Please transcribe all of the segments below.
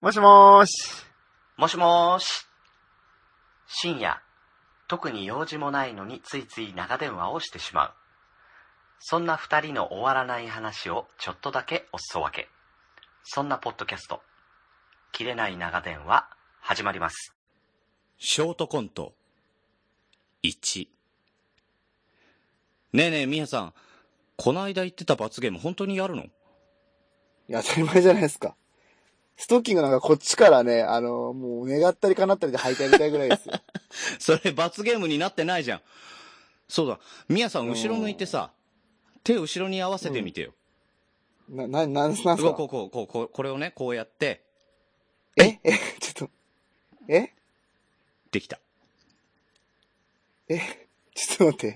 もしもーし。 もしもーし。深夜、特に用事もないのについつい長電話をしてしまう。そんな二人の終わらない話をちょっとだけおすそ分け。そんなポッドキャスト、切れない長電話、始まります。 ショートコント1。ねえねえみやさん、この間言ってた罰ゲーム本当にやるの？ いや、当たり前じゃないですか。ストッキングなんかこっちからね、もう願ったり叶ったりで履いてやりたいぐらいですよ。 それ罰ゲームになってないじゃん。そうだ、みやさん後ろ向いてさ、手後ろに合わせてみてよ。 なんすか？ これをね、こうやって。 ちょっと、 できた。 ちょっと待って。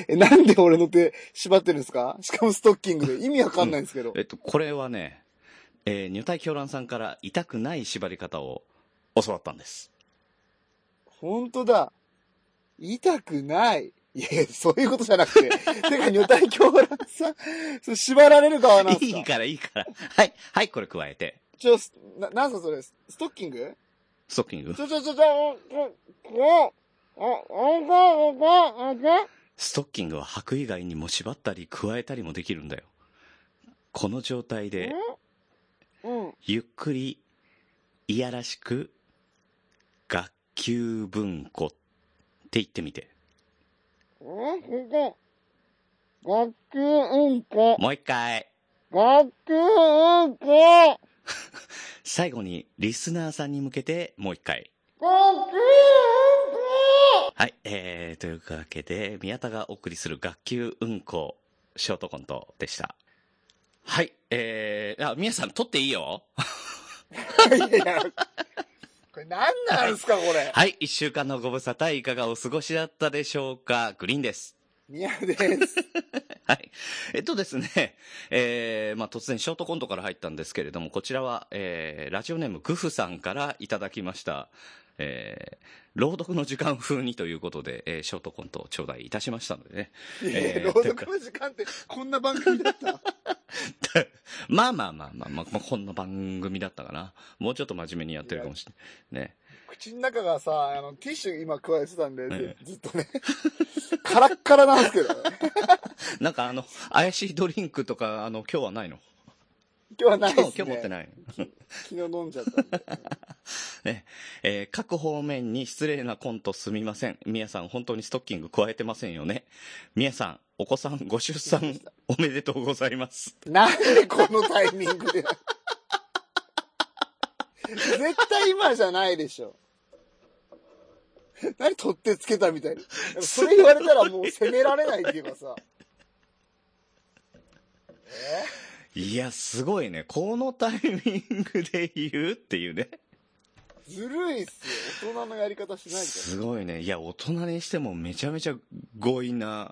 なんで俺の手縛ってるんですか？しかもストッキングで。意味わかんないんですけど。 これはね、女体狂乱さんから痛くない縛り方を教わったんです。 ほんとだ。痛くない。いや、そういうことじゃなくて。てか、女体狂乱さん、それ縛られる側なんすか？ いいから。はい、これ加えて。 なんすかそれ、ストッキング？ ストッキング？ストッキングは履く以外にも縛ったり加えたりもできるんだよ。この状態で、ゆっくり、いやらしく、学級文庫って言ってみて。 学級うんこ。 もう一回。 学級うんこ。 最後にリスナーさんに向けてもう一回。 学級うんこ。 はい、というわけで宮田がお送りする学級うんこショートコントでした。はい、皆さん撮っていいよ。 いや、これ何なんすかこれ。 はい、一週間のご無沙汰いかがお過ごしだったでしょうか。グリーンです。 宮です。 はい。ですね、突然ショートコントから入ったんですけれども、こちらは、ラジオネームグフさんからいただきました、朗読の時間風にということで、ショートコントを頂戴いたしましたのでね。 朗読の時間ってこんな番組だったまあ、こんな番組だったかな。もうちょっと真面目にやってるかもしれない。ね。 口の中がさ、ティッシュ今加えてたんで、ずっとね。カラッカラなんですけどね。 なんか怪しいドリンクとか、今日はないの？ 今日はないですね。 今日持ってない。 昨日飲んじゃったんで。 ね、各方面に失礼なコントすみません。みやさん本当にストッキング加えてませんよね。みやさん、お子さんご出産おめでとうございます。 なんでこのタイミングで絶対今じゃないでしょ。何取ってつけたみたいに。それ言われたらもう責められないっていうかさ。 いや、すごいね。このタイミングで言うっていうね。 ずるいっすよ。大人のやり方しないから。 すごいね。いや、大人にしてもめちゃめちゃ強引な。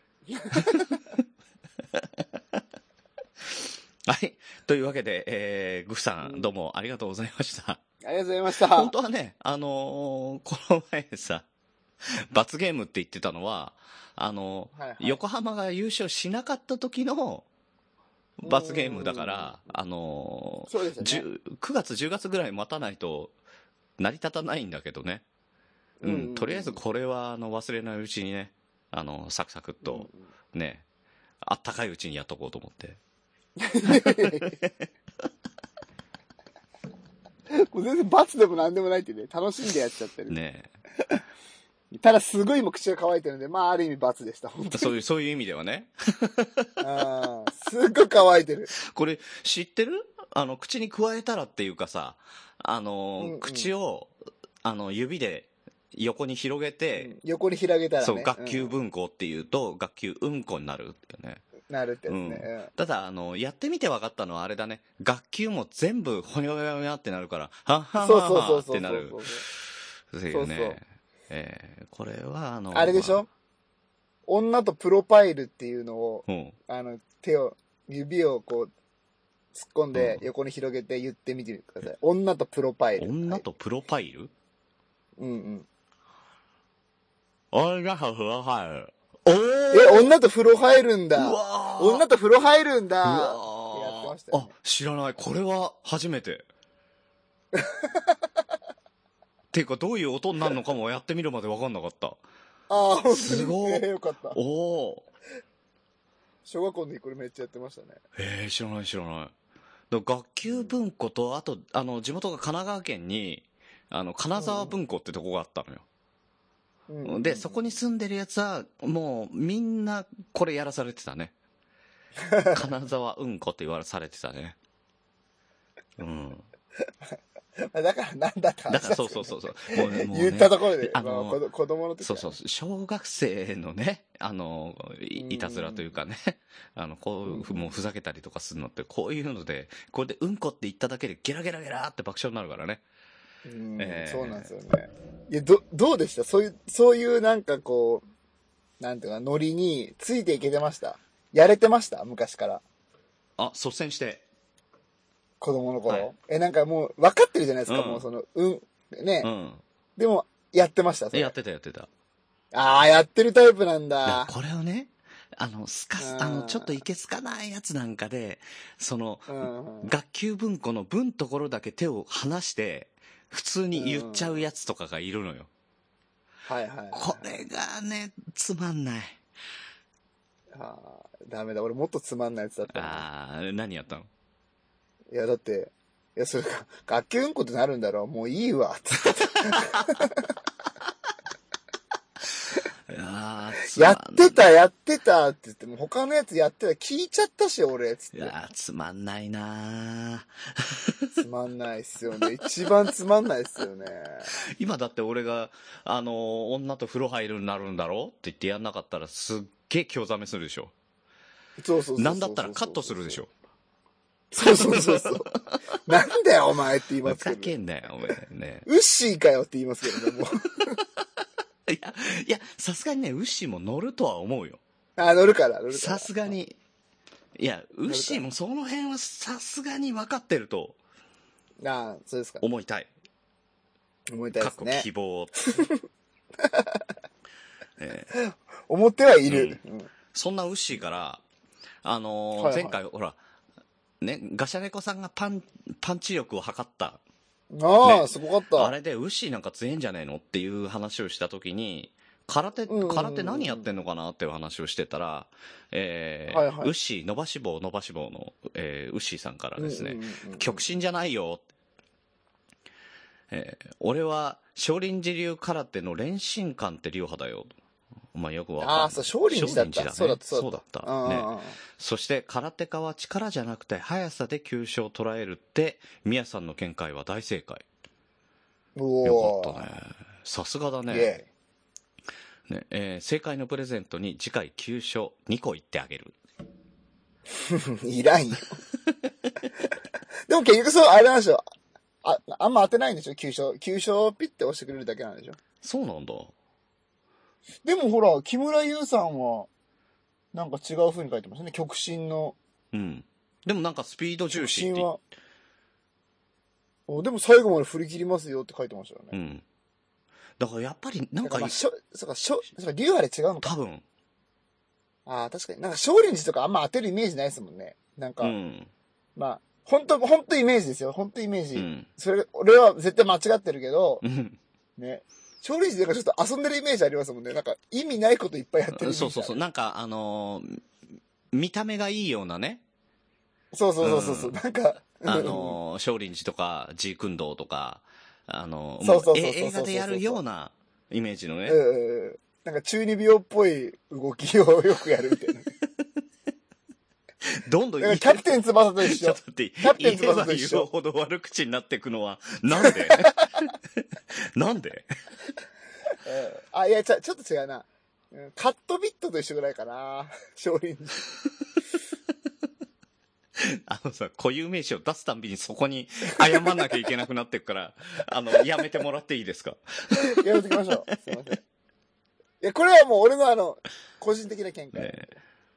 はい。というわけで、グフさん、どうもありがとうございました。 ありがとうございました。 本当はね、この前さ、罰ゲームって言ってたのは、横浜が優勝しなかった時の罰ゲームだから、 そうですね。 9月、10月ぐらい待たないと成り立たないんだけどね。とりあえずこれは忘れないうちにね、サクサクっとね、あったかいうちにやっとこうと思って。 もう全然罰でもなんでもないってね、楽しんでやっちゃってる。 ねただすごい今口が乾いてるんで、まあある意味罰でした、本当に。 そういう意味ではね。 すっごい乾いてる。 これ知ってる？口に加えたらっていうかさ、口を、指で横に広げて、 横に広げたらね。 そう、学級文庫っていうと、学級うんこになるってね。 なるってやつね。 ただ、やってみて分かったのはあれだね。学級も全部、ほにょほにょほにょってなるから、はっはっはっはってなる。そういうね。これは、 あれでしょ？女とプロファイルっていうのを、指をこう、突っ込んで横に広げて言ってみてください。女とプロファイル。 女とプロファイル？ 女とプロファイル。 女と風呂入るんだ。女と風呂入るんだ。ってやってましたよね。 知らない。これは初めて。 ていうかどういう音になるのかもやってみるまで分かんなかった。 ああ、 すごい。 よかった。 おお。 小学校の時これめっちゃやってましたね。 知らない。学級文庫と、あと、地元が神奈川県に、金沢文庫ってとこがあったのよ。で、そこに住んでるやつは、もう、みんな、これやらされてたね。金沢うんこって言わされてたね。うん。 だからなんだって話だからそう。 もうね、言ったところで、子供の時そう、小学生のね、いたずらというかね、こう、もうふざけたりとかするのって、こういうので、これでうんこって言っただけでゲラゲラゲラって爆笑になるからね。 そうなんですよね。いや、どうでした？そういうなんかこう、なんていうか、ノリについていけてました？やれてました？昔から。 あ、率先して。 子供の頃。なんかもう分かってるじゃないですか、もうね。でも、やってました？ やってた。 ああ、やってるタイプなんだ。 これをね、ちょっといけつかないやつなんかで、学級文庫の文ところだけ手を離して、普通に言っちゃうやつとかがいるのよ。これがね、つまんない。 ダメだ。俺もっとつまんないやつだったな。 何やったの？ いや、だって、それか、学級うんこってなるんだろう。もういいわ、つって。やってたって言って、もう他のやつやってた、聞いちゃったし、俺、つって。 つまんないなつまんないっすよね。一番つまんないっすよね。 今だって俺が、女と風呂入るになるんだろって言ってやんなかったらすっげえ興ざめするでしょ。 そう。 なんだったらカットするでしょ。 そう。なんだよ、お前って言いますけど。 ふざけんなよ、お前ね。 ウッシーかよって言いますけどね、もう。 いや、さすがにね、ウッシーも乗るとは思うよ。 乗るから。 さすがに。いや、ウッシーもその辺はさすがに分かってると。 そうですか。 思いたいですね。 希望。 思ってはいる。 そんなウッシーから、前回、ほら、ね、ガシャネコさんがパンチ力を測った。 すごかった。 あれで、ウッシーなんか強いんじゃねえのっていう話をしたときに、空手何やってんのかなっていう話をしてたら、ウッシー、伸ばし棒の、ウッシーさんからですね、極真じゃないよ。俺は、少林寺流空手の練心館って流派だよ。まあよくわかんない。 そう、少林寺だった。 そうだった。ね。そして、空手家は力じゃなくて速さで急所を捉えるって、宮さんの見解は大正解。よかったね。さすがだね。正解のプレゼントに次回急所2個言ってあげる。 いらんよ。でも結局あれなんでしょ。あんま当てないんでしょ、急所をピッて押してくれるだけなんでしょ。 そうなんだ。 でもほら、木村優さんは、なんか違う風に書いてますね。極真の。 でもなんかスピード重視って。 でも最後まで振り切りますよって書いてましたよね。 だからやっぱりなんか。 流派で違うのか。 多分。 確かに。なんか少林寺とかあんま当てるイメージないですもんね。なんか。まあ、ほんとイメージですよ。ほんとイメージ。俺は絶対間違ってるけど、ね。少林寺なんかちょっと遊んでるイメージありますもんね。なんか意味ないこといっぱいやってる。 そう。なんか見た目がいいようなね。 そう。なんか、 少林寺とか、ジークンドーとか、映画でやるようなイメージのね。 なんか中二病っぽい動きをよくやるみたいな。 どんどんキャプテン翼と一緒。 キャプテン翼と一緒。言えば言うほど悪口になっていくのは、なんでなんでいや、ちょっと違うな。カットビットと一緒ぐらいかな。少林寺。 固有名詞を出すたんびにそこに謝んなきゃいけなくなっていくから、やめてもらっていいですか？ やめてきましょう。すいません。いや、これはもう俺の個人的な見解。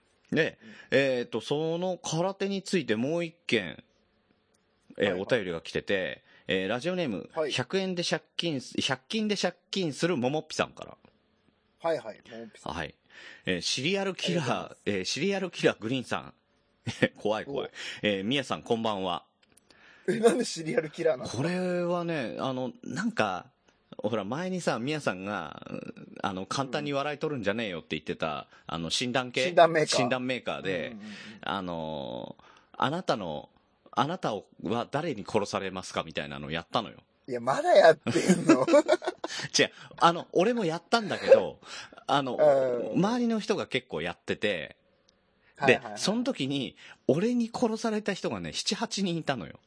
その空手についてもう一件、お便りが来てて、ラジオネーム、100均で借金するももっぴさんから。 ももっぴさん。 シリアルキラーグリーンさん。怖い。みやさん、こんばんは。 なんでシリアルキラーなの？ これはね、なんか、ほら、前にさ、みやさんが、簡単に笑い取るんじゃねえよって言ってた、診断メーカーで、あなたは誰に殺されますかみたいなのをやったのよ。 いや、まだやってんの？ 違う、俺もやったんだけど、周りの人が結構やってて、で、その時に、俺に殺された人がね、7、8人いたのよ。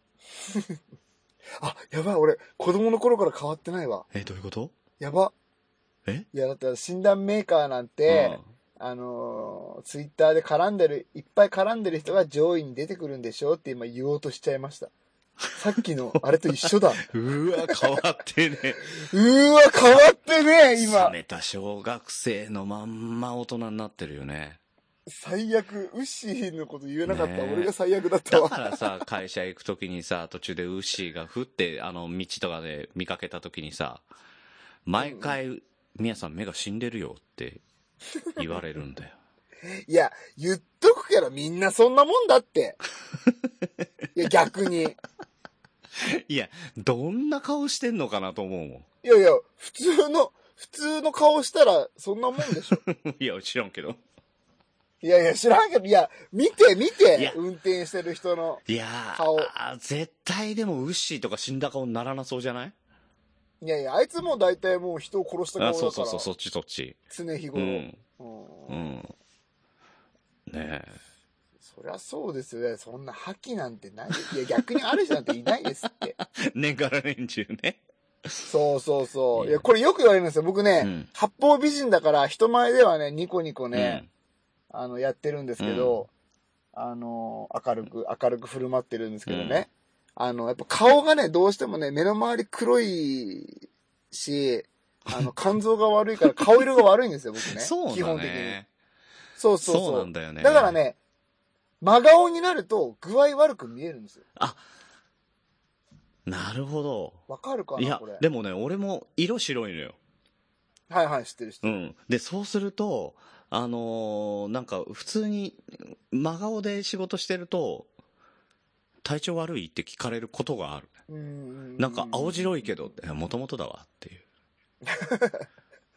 あ、やばい、俺、子供の頃から変わってないわ。 どういうこと？ やば。いや、だって診断メーカーなんて、ツイッターでいっぱい絡んでる人が上位に出てくるんでしょって今言おうとしちゃいました。さっきの、あれと一緒だ。 うわ、変わってね。 変わってね、今。 冷めた小学生のまんま大人になってるよね。 最悪、ウッシーのこと言えなかった。俺が最悪だったわ。 だからさ、会社行くときにさ、途中でウッシーが降って、道とかで見かけたときにさ、毎回、みやさん目が死んでるよって言われるんだよ。 いや、言っとくけどみんなそんなもんだって。いや、逆に。 いや、どんな顔してんのかなと思うもん。 いやいや、普通の顔したらそんなもんでしょ。 いや、知らんけど。 いやいや、知らんけど、いや、見て、運転してる人の顔。 いや絶対でもウッシーとか死んだ顔にならなそうじゃない？ いやいや、あいつも大体もう人を殺した顔だから。 そう、そっち。 常日頃。 ねえ。 そりゃそうですよね。そんな覇気なんてない。いや、逆にある人なんていないですって。 年がら年中ね。 そう。いや、これよく言われるんですよ。僕ね、八方美人だから人前ではね、ニコニコね、やってるんですけど、明るく振る舞ってるんですけどね。やっぱ顔がね、どうしてもね、目の周り黒いし、肝臓が悪いから顔色が悪いんですよ、僕ね。 そうだね。 基本的に。そう。 そうなんだよね。 だからね、真顔になると具合悪く見えるんですよ。 あ、なるほど。 わかるかな、 いやこれ。 でもね、俺も色白いのよ。 はい、知ってる。 で、そうすると、なんか普通に真顔で仕事してると、体調悪いって聞かれることがある。なんか青白いけど、もともとだわっていう。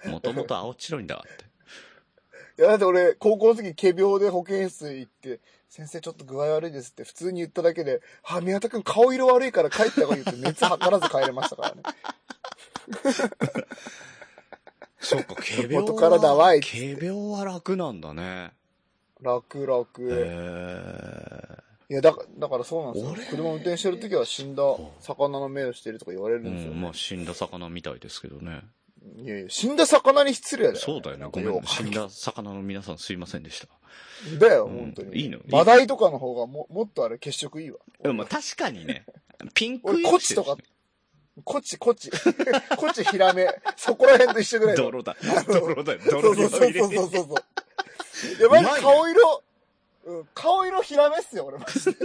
もともと青白いんだわって。 いや、だって俺、高校の時、仮病で保健室行って、先生ちょっと具合悪いですって普通に言っただけで、宮田くん顔色悪いから帰った方がいいって熱測らず帰れましたからね。 そうか、仮病元からだわい。 仮病は楽なんだね。 楽。いや、だからそうなんですよ。車運転してる時は死んだ魚の目をしてるとか言われるんですよ、ね。 まあ死んだ魚みたいですけどね。 いや、死んだ魚に失礼だよ、ね。 そうだよね。ごめん。死んだ魚の皆さんすいませんでした。 だよ、本当に。 いいの？ マダイとかの方がもっとあれ血色いいわ。 まあ確かにね。ピンクコチとか、コチヒラメ。そこら辺と一緒ぐらい。 泥だよ。泥にそう。いや、マジ顔色ヒラメっすよ、俺マジで。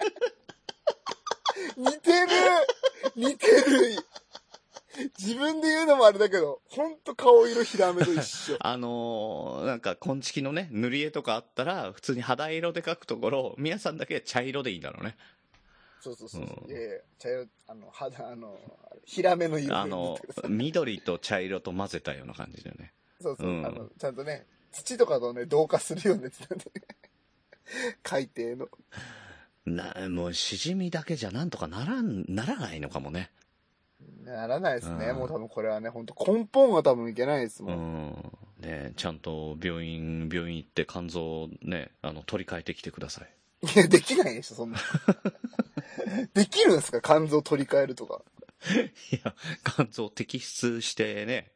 似てる。自分で言うのもあれだけど、ほんと顔色ヒラメと一緒。 なんか、昆虫のね、塗り絵とかあったら、普通に肌色で描くところ、皆さんだけ茶色でいいんだろうね。 そう。いや、茶色、ヒラメの色。緑と茶色と混ぜたような感じだよね。 そう。ちゃんとね、土とかとね、同化するようなやつなんで。海底の。 もう、しじみだけじゃなんとかならないのかもね。 ならないですね。もう多分これはね、本当根本は多分いけないですもん。ね、ちゃんと病院行って肝臓ね、取り替えてきてください。 いや、できないでしょ、そんな。できるんですか、肝臓取り替えるとか。 いや、肝臓摘出してね、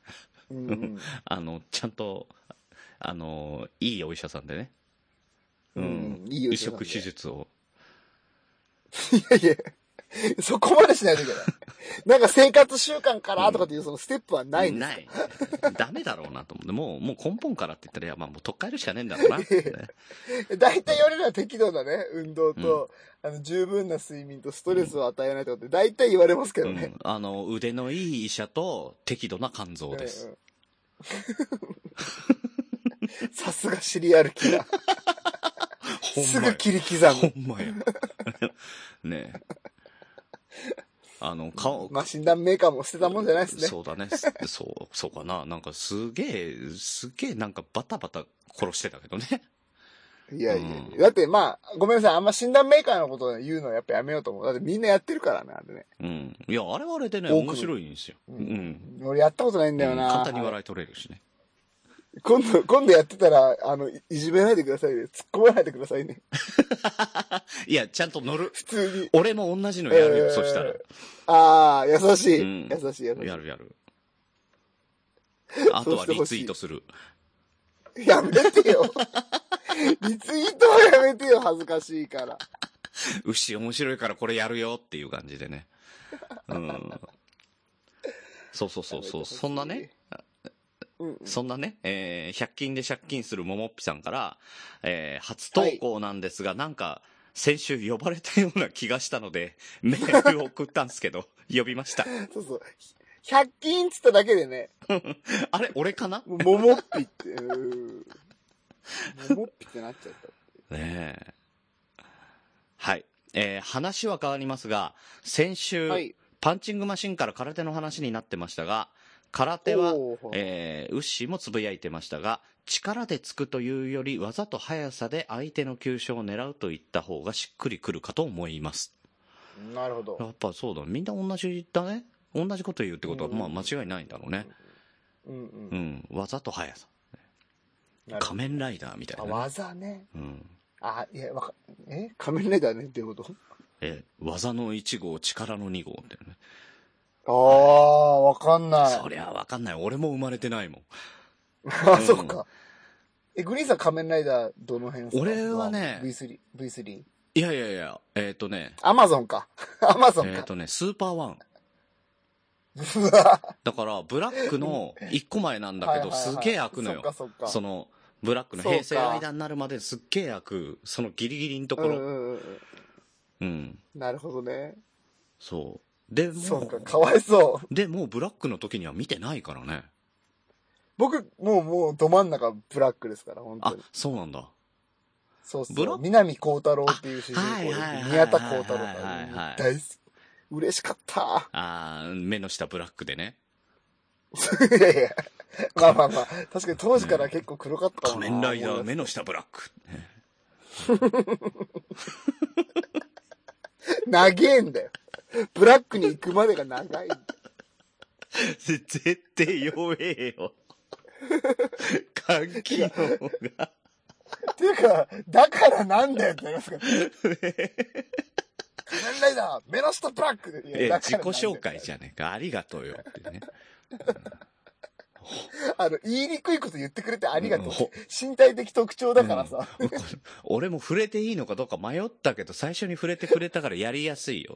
ちゃんと、いいお医者さんでね。いい移植手術を。 いや。そこまでしないといけない。なんか生活習慣からとかっていうそのステップはないんですか？ ない。ダメだろうなと思って、もう根本からって言ったら、いや、まあもう取っ換えるしかねえんだろうなって、ね。 大体言われるのは適度なね、運動と、十分な睡眠とストレスを与えないとかって大体言われますけどね。 腕のいい医者と適度な肝臓です。 さすがシリアルキラー。すぐ切り刻む。 ほんまや。 ねえ。 まあ、診断メーカーも捨てたもんじゃないですね。 そうだね。そうかな。なんかすげえ、なんかバタバタ殺してたけどね。 いや、だってまあ、ごめんなさい。あんま診断メーカーのことを言うのはやっぱやめようと思う。だってみんなやってるからね、あれね。 うん。いや、あれはあれでね、面白いんですよ。 俺やったことないんだよな。 簡単に笑い取れるしね。 今度やってたら、いじめないでくださいね。突っ込まないでくださいね。 いや、ちゃんと乗る。 普通に。 俺も同じのやるよ、そしたら。 ああ、優しい。優しい。 やる。あとはリツイートする。 やめてよ。リツイートはやめてよ、恥ずかしいから。 牛面白いからこれやるよっていう感じでね。そう。そんなね。そんなね、100均で借金するももっぴさんから、初投稿なんですが、なんか、先週呼ばれたような気がしたので、メールを送ったんですけど、呼びました。 そう。100均っつっただけでね。 あれ俺かなももっぴって。ももっぴってなっちゃった。 ねえ。はい。話は変わりますが、先週、パンチングマシンから空手の話になってましたが、空手は、ウッシーもつぶやいてましたが、力でつくというより技と速さで相手の急所を狙うといった方がしっくりくるかと思います。 なるほど。 やっぱそうだ、みんな同じだね。同じこと言うってことは、まあ間違いないんだろうね。技と速さ。仮面ライダーみたいな、ね。 技ね。いや、仮面ライダーねっていうこと？ 技の1号、力の2号ってね。 わかんない。 そりゃわかんない。俺も生まれてないもん。 そっか。グリーンさん仮面ライダーどの辺ですか？ 俺はね、 V3。 いや。 アマゾンか。 スーパーワン。だから、ブラックの1個前なんだけど、すげえ開くのよ。その、ブラックの平成間になるまですっげえ開く、そのギリギリのところ。 なるほどね。 そう。でも、 そうか、かわいそう。 でもうブラックの時には見てないからね。 僕、もうど真ん中ブラックですから、本当に。 あ、そうなんだ。 そう。南光太郎っていう主人公で、宮田光太郎が大好き。嬉しかった。 目の下ブラックでね。 いや。まあ。確かに当時から結構黒かった仮面ライダー目の下ブラック。 長えんだよ。ブラックに行くまでが長いんだよ。 絶対弱えよ。換気能が。 っていうか、だからなんだよってなりますから。仮面ライダー目の下ブラックで。 自己紹介じゃねえか。ありがとうよってね。 言いにくいこと言ってくれてありがとう。身体的特徴だからさ。 俺も触れていいのかどうか迷ったけど、最初に触れてくれたからやりやすいよ。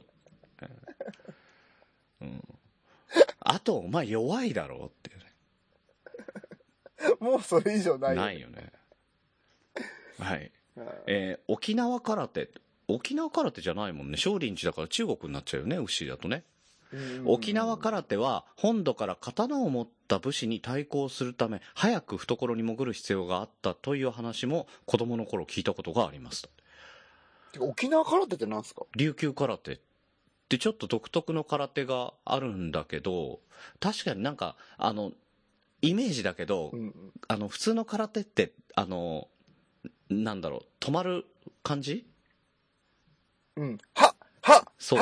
あと、お前弱いだろってね。もうそれ以上ないよね。 ないよね。はい。沖縄空手じゃないもんね。少林寺だから中国になっちゃうよね、牛だとね。沖縄空手は本土から刀を持った武士に対抗するため早く懐に潜る必要があったという話も子供の頃聞いたことがあります。 沖縄空手って何すか？ 琉球空手ってちょっと独特の空手があるんだけど、確かになんかイメージだけど、普通の空手ってなんだろう、止まる感じ？そう。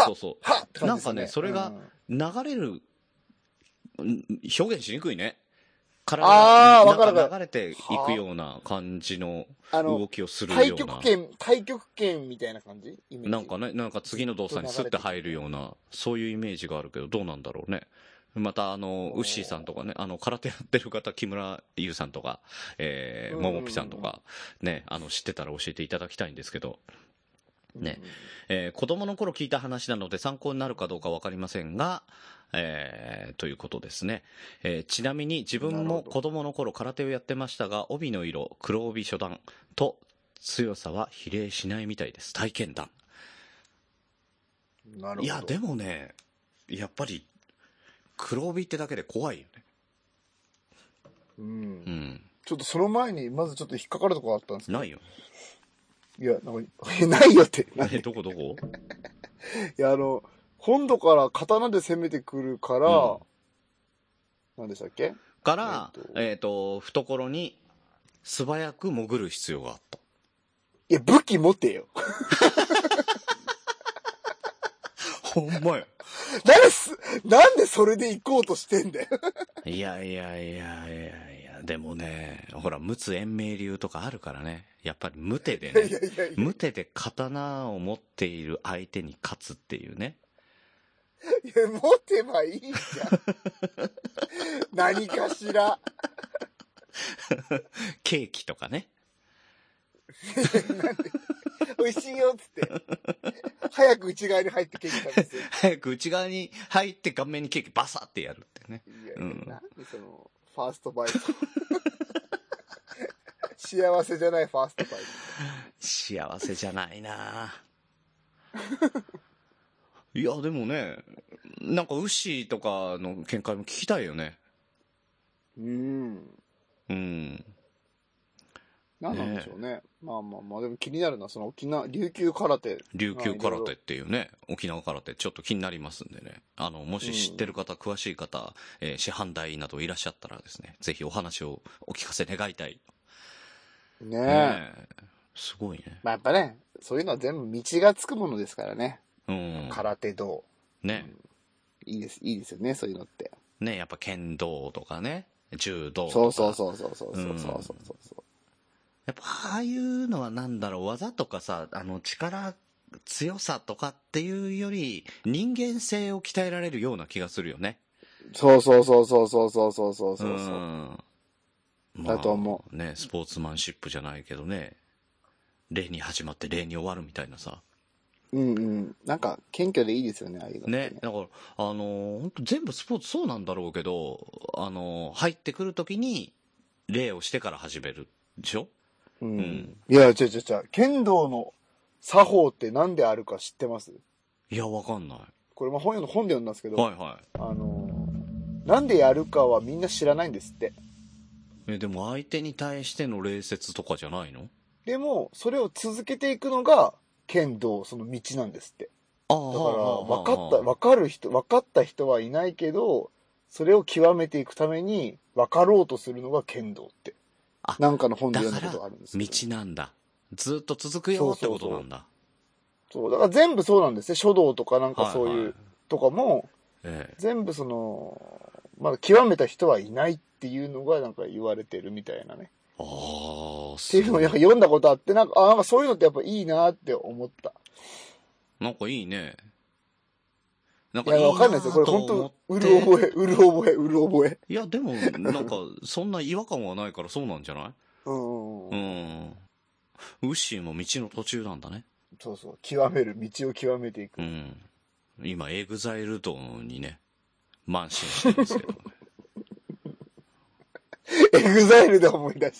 なんかね、それが流れる、表現しにくいね。体が流れていくような感じの動きをするような。 太極拳みたいな感じ？ なんかね、なんか次の動作にスッて入るような、そういうイメージがあるけど、どうなんだろうね。またウッシーさんとかね、空手やってる方、木村優さんとか、ももぴさんとか、ね、知ってたら教えていただきたいんですけど、ね、子供の頃聞いた話なので参考になるかどうかわかりませんが、ということですね。ちなみに自分も子供の頃空手をやってましたが、帯の色、黒帯初段と強さは比例しないみたいです。体験談。 なるほど。 いや、でもね、やっぱり、黒帯ってだけで怖いよね。 ちょっとその前に、まずちょっと引っかかるところあったんですけど。 ないよ。 いや、ないよって。 どこいや、本土から刀で攻めてくるから、何でしたっけから、懐に素早く潜る必要があった。 いや、武器持てよ。 ほんまよ。 なんでそれで行こうとしてんだよ。 いや、でもね、ほら、陸奥延命流とかあるからね。やっぱり無手でね、無手で刀を持っている相手に勝つっていうね。 いや、持てばいいじゃん。何かしら。 ケーキとかね。 なんで美味しいよっつって。早く内側に入ってケーキ食べて。 早く内側に入って顔面にケーキバサってやるってね。 いや、なんでその、ファーストバイト。幸せじゃないファーストバイト。 幸せじゃないないや、でもね、なんかウッシーとかの見解も聞きたいよね。 何なんでしょうね。まあ、でも気になるのは、その琉球空手。 琉球空手っていうね、沖縄空手、ちょっと気になりますんでね。もし知ってる方、詳しい方、師範代などいらっしゃったらですね、ぜひお話をお聞かせ願いたい。ねえ。すごいね。 まあやっぱね、そういうのは全部道がつくものですからね。空手道。 ね、 いいですよね、そういうのって。 ね、やっぱ剣道とかね、柔道とか。 そう。 やっぱああいうのはなんだろう、技とかさ、強さとかっていうより、人間性を鍛えられるような気がするよね。 そう。だと思う。ね、スポーツマンシップじゃないけどね、礼に始まって礼に終わるみたいなさ。 なんか、謙虚でいいですよね、ああいうのね。だから、本当全部スポーツそうなんだろうけど、入ってくるときに、礼をしてから始めるでしょ？ いや、剣道の作法って何であるか知ってます？ いや、わかんない。 これ、本で読んだんですけど、 はいはい。 なんでやるかはみんな知らないんですって。 でも相手に対しての礼節とかじゃないの？ でも、それを続けていくのが、剣道、その道なんですって。だから、分かった人はいないけど、それを極めていくために、分かろうとするのが剣道って。なんかの本で読んだことがあるんですけど。 道なんだ。ずっと続くよってことなんだ。 そう、だから全部そうなんですね。書道とかなんかそういう、とかも、全部まだ極めた人はいないっていうのがなんか言われてるみたいなね。っていうのをなんか読んだことあって、なんかそういうのってやっぱいいなって思った。 なんかいいね。 なんかいいなと思って。いや、わかんないですよ。これ本当うる覚え。 いや、でも、なんか、そんな違和感はないからそうなんじゃない？ウッシーも道の途中なんだね。 そう。道を極めていく。 今、エグザイル道にね、慢心してるんですけど。 エグザイルで思い出した。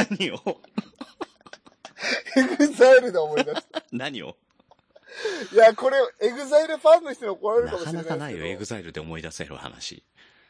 何をエグザイルで思い出した。 何を？ いや、これ、エグザイルファンの人に怒られるかもしれない。 なかなかないよ、エグザイルで思い出せる話。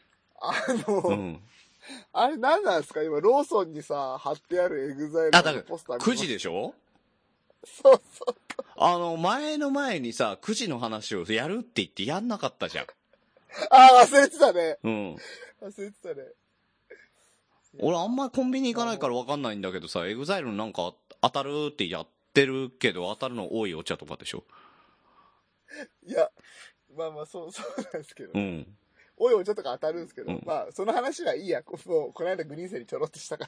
あれ何なんですか今、ローソンにさ、貼ってあるエグザイルのポスター。 9時でしょ？ そう。 前の前にさ、9時の話をやるって言ってやんなかったじゃん。 忘れてたね。忘れてたね。 俺あんまりコンビニ行かないから分かんないんだけどさ、エグザイルなんか当たるってやってるけど、当たるの多いお茶とかでしょ？ いや、まあそうなんですけど。多いお茶とか当たるんですけど、その話はいいや。この間グリーンセにちょろってしたから。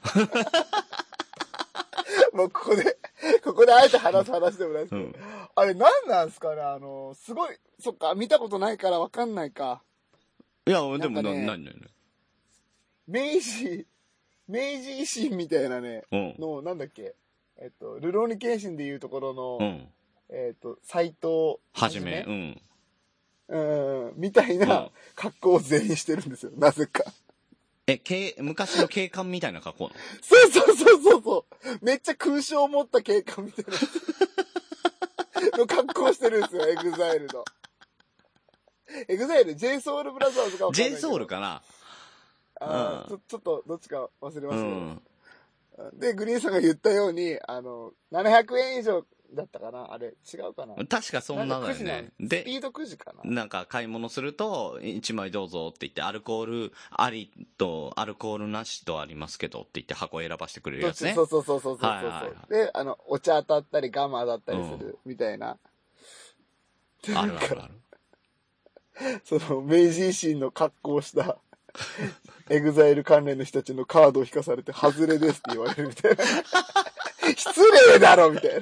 もうここであえて話す話でもないですけど。あれ何なんすかねすごい、そっか、見たことないから分かんないか。 いや、でも何明治維新みたいなね、の、なんだっけ、ルローニケンシンでいうところの、斎藤はじめ、 みたいな格好を全員してるんですよ、なぜか。 昔の警官みたいな格好なの？ そう。めっちゃ空想を持った警官みたいなの格好してるんですよ、エグザイルの。エグザイル、JSOULブラザーズか分かんないけど。 JSOULかな？ ちょっとどっちか忘れましたけど。 で、グリーンさんが言ったように、700円以上だったかなあれ、違うかな確かそんなのよね。で、 スピードくじかななんか買い物すると、1枚どうぞって言って、アルコールありと、アルコールなしとありますけどって言って箱選ばしてくれるやつね。 そう。で、お茶当たったりガム当たったりするみたいな。 あるあるある。 その、明治維新の格好をした、エグザイル関連の人たちのカードを引かされて、外れですって言われるみたいな。失礼だろみたいな。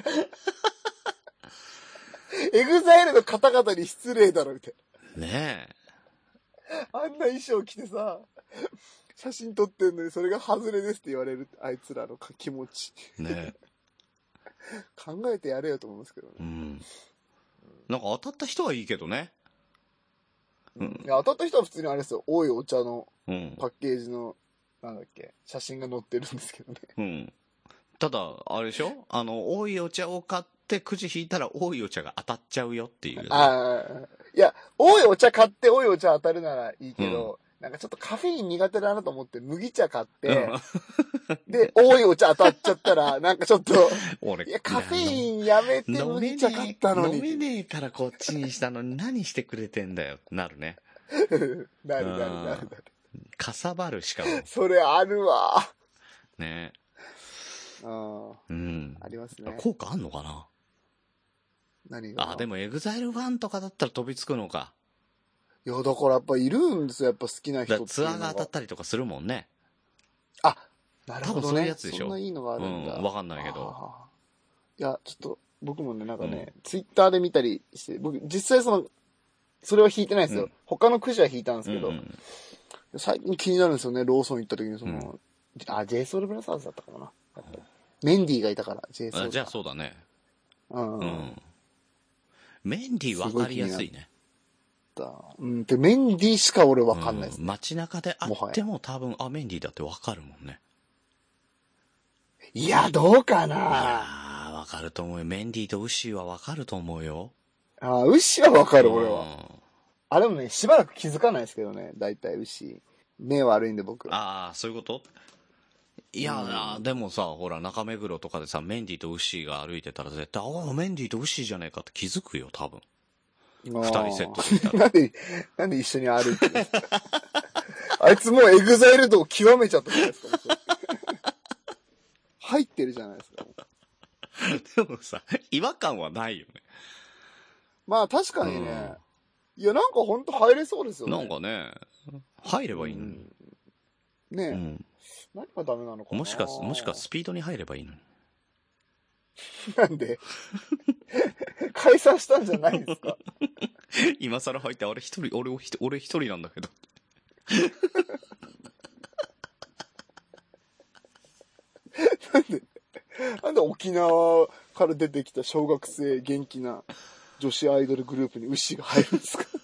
エグザイルの方々に失礼だろみたいな。ねえ。あんな衣装着てさ、写真撮ってんのにそれが外れですって言われるあいつらの気持ち。 ね考えてやれよと思うんですけどね。 うん。なんか当たった人はいいけどね。 うん。いや、当たった人は普通にあれですよ。多いお茶のパッケージの、なんだっけ、写真が載ってるんですけどね。 うん。ただ、あれでしょ多いお茶を買ってくじ引いたら多いお茶が当たっちゃうよっていう。 ああ。いや、多いお茶買って多いお茶当たるならいいけど、なんかちょっとカフェイン苦手だなと思って麦茶買って、で、多いお茶当たっちゃったら、なんかちょっと、いや、カフェインやめて麦茶買ったのに。 飲めねえからこっちにしたのに何してくれてんだよってなるね。 なる。 かさばるしかも。 それあるわ。 ねうん。ありますね。 効果あんのかな何が？ でもエグザイルファンとかだったら飛びつくのか。 いや、だからやっぱいるんですよ、やっぱ好きな人っていうのが。 ツアーが当たったりとかするもんね。 あ、なるほどね。多分そういうやつでしょ。 そんないいのがあるんだ。 わかんないけど。 いや、ちょっと、僕もね、なんかね、ツイッターで見たりして、僕、実際それは引いてないですよ。他のくじは引いたんですけど、最近気になるんですよね、ローソン行った時にJSOULブラザーズだったかもな。メンディーがいたから、JSOUL。 じゃあそうだね。 メンディー分かりやすいね。 で、メンディーしか俺分かんないですね。 街中であっても多分、メンディーだって分かるもんね。 いや、どうかな。いや分かると思うよ。メンディーとウッシーは分かると思うよ。 ウッシーは分かる、俺は。あれもね、しばらく気づかないですけどね、大体ウッシー。目悪いんで僕。 そういうこと？いや、でもさ、ほら、中目黒とかでさ、メンディーとウッシーが歩いてたら絶対、メンディーとウッシーじゃねえかって気づくよ、多分。二人セットでいたら。 なんで一緒に歩いてるあいつもうエグザイル度を極めちゃったじゃないですか。入ってるじゃないですか。 でもさ、違和感はないよね。 まあ確かにね。いや、なんかほんと入れそうですよね。 なんかね、入ればいいのに。 ね何がダメなのかな。 もしかスピードに入ればいいのに。 なんで解散したんじゃないんですか今更入って俺一人なんだけどなんで沖縄から出てきた小学生元気な女子アイドルグループに牛が入るんですか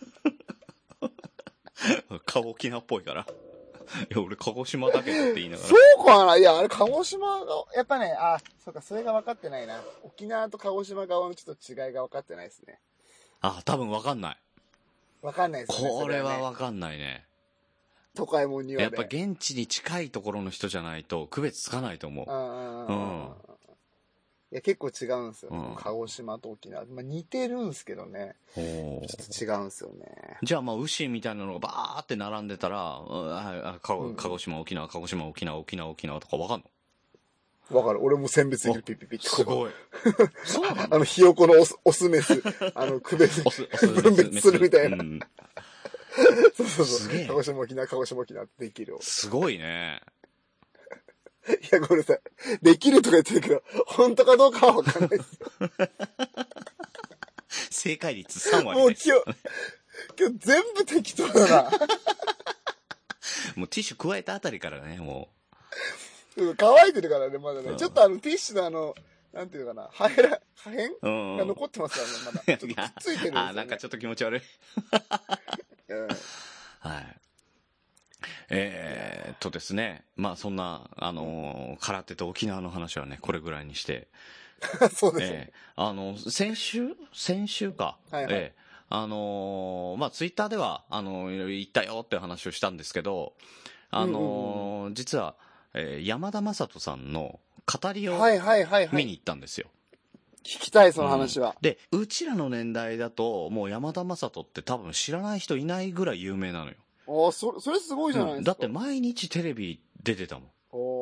顔沖縄っぽいから。いや、俺鹿児島だけどって言いながら。 そうかな。いや、あれ鹿児島が、やっぱね、そうか、それが分かってないな。沖縄と鹿児島側のちょっと違いが分かってないですね。 多分分かんない。 分かんないですね。 これは分かんないね。 都会もにはね。 やっぱ現地に近いところの人じゃないと区別つかないと思う。 いや、結構違うんですよ、ね鹿児島と沖縄。似てるんですけどね。ちょっと違うんですよね。 じゃあ、牛みたいなのがバーって並んでたら、鹿児島、沖縄、鹿児島、沖縄、沖縄、沖縄とか分かんの？ 分かる。俺も選別できる、ピッピッピッって。 すごい。 そうなの？ひよこのオスメス、区別、分別するみたいな。そう。鹿児島、沖縄、鹿児島、沖縄ってできる。 すごいね。 いや、ごめんなさい。できるとか言ってるけど、本当かどうかはわかんないですよ。 正解率3割です。 もう今日全部適当だな。 もうティッシュ加えたあたりからね、もう。乾いてるからね、まだね。ちょっとティッシュのなんていうかな、破片が残ってますからね、まだ。ちょっとくっついてるんですよ、ね。 なんかちょっと気持ち悪い。はい。ですね、まあそんな、空手と沖縄の話はね、これぐらいにして。 そうですね。 先週か。 はいはい。 まあツイッターでは、行ったよって話をしたんですけど、実は、 山田雅人さんの語りを見に行ったんですよ。 聞きたい、その話は。 で、うちらの年代だと、もう山田雅人って多分知らない人いないぐらい有名なのよ。 ああ、それすごいじゃないですか。 だって毎日テレビ出てたもん。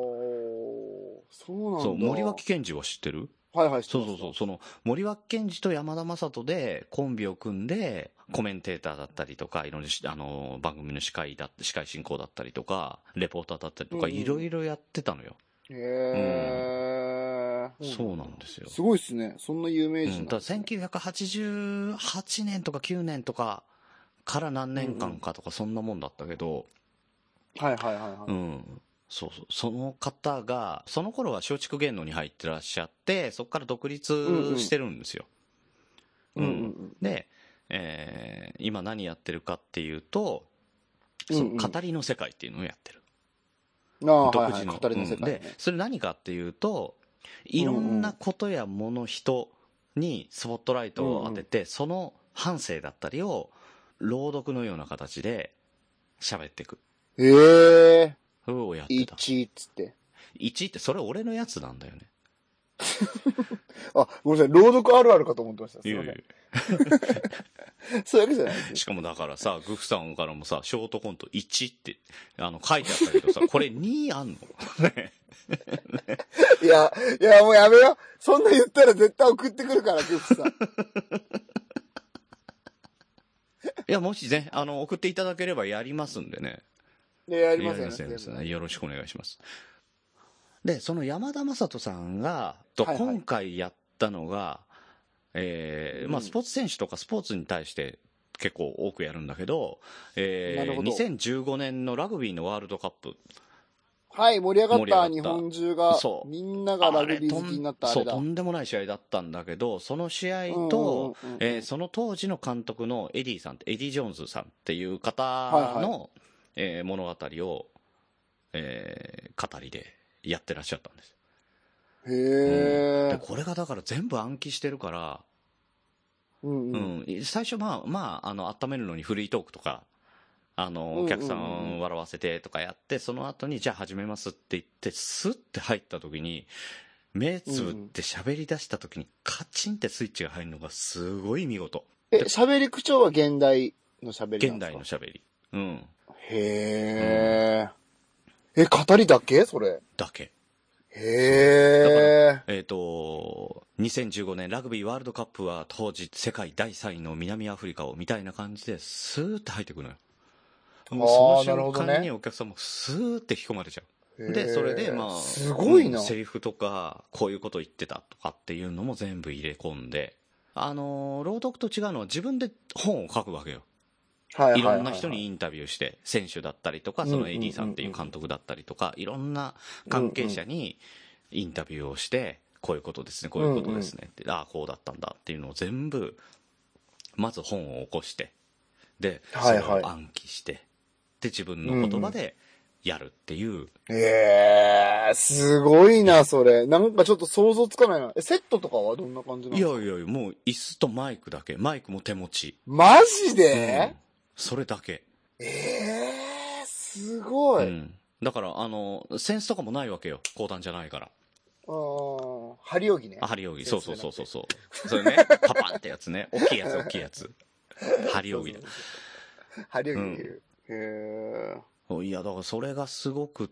そうなんだ。 そう、森脇健児は知ってる？ はいはい、 そう。その森脇健児と山田雅人でコンビを組んで、コメンテーターだったりとか、いろんな番組の司会進行だったりとか、レポーターだったりとか、いろいろやってたのよ。 へえ、 そうなんですよ。 すごいっすね。そんな有名人なんだですね。 1988年とか9年とかから何年間かとかそんなもんだったけど、 はいはいはいはい。 そう。その方が、その頃は松竹芸能に入ってらっしゃって、そこから独立してるんですよ。で、今何やってるかっていうと、その語りの世界っていうのをやってる。独自の。 語りの世界、ね。 で、それ何かっていうと、いろんなことや物、人にスポットライトを当てて、その半生だったりを朗読のような形で喋っていく。それをやってた。 1っつって。 1ってそれ俺のやつなんだよね。 あ、ごめんなさい。朗読あるあるかと思ってました。すいません。そういうわけじゃないですね。 しかもだからさ、グフさんからもさ、ショートコント1って書いてあったけどさ、これ2あんのね。 いや、もうやめよう。そんな言ったら絶対送ってくるから、グフさん。いや、もしね、送っていただければやりますんでね。 やりますね。よろしくお願いします。で、その山田雅人さんが、今回やったのが、スポーツ選手とかスポーツに対して結構多くやるんだけど、2015年のラグビーのワールドカップ。 はい、盛り上がった日本中が、みんながラグビー好きになったあれだ。 とんでもない試合だったんだけど、その試合と、その当時の監督のエディ・ジョーンズさんっていう方の、物語を、語りでやってらっしゃったんです。でこれがだから全部暗記してるから、最初温めるのにフリートークとか、お客さん笑わせてとかやって、その後にじゃあ始めますって言ってスッて入った時に、目つぶって喋り出した時にカチンってスイッチが入るのがすごい見事。 喋り口調は現代の喋りなんですか？ 現代の喋り。 へえ。語りだけそれ。 だけ。 へだから、2015年ラグビーワールドカップは当時世界第3位の南アフリカをみたいな感じでスーッて入ってくるのよ。もうその瞬間にお客さんもスーッて引き込まれちゃう。で、それですごいな。 セリフとか、こういうこと言ってたとかっていうのも全部入れ込んで、朗読と違うのは自分で本を書くわけよ。いろんな人にインタビューして、選手だったりとか、そのエディさんっていう監督だったりとか、いろんな関係者にインタビューをして、こういうことですね、こういうことですねって、こうだったんだっていうのを全部、まず本を起こして、で、それを暗記して、で、自分の言葉でやるっていう。 すごいな、それ。なんかちょっと想像つかないな。セットとかはどんな感じなの？ いや、もう椅子とマイクだけ。マイクも手持ち。 マジで？ それだけ。 すごい。 だから、センスとかもないわけよ。講談じゃないから。 針扇ね。 針扇。そう。それね、パパンってやつね。大きいやつ。針扇だ。 針扇いる。 いや、だからそれがすごくって、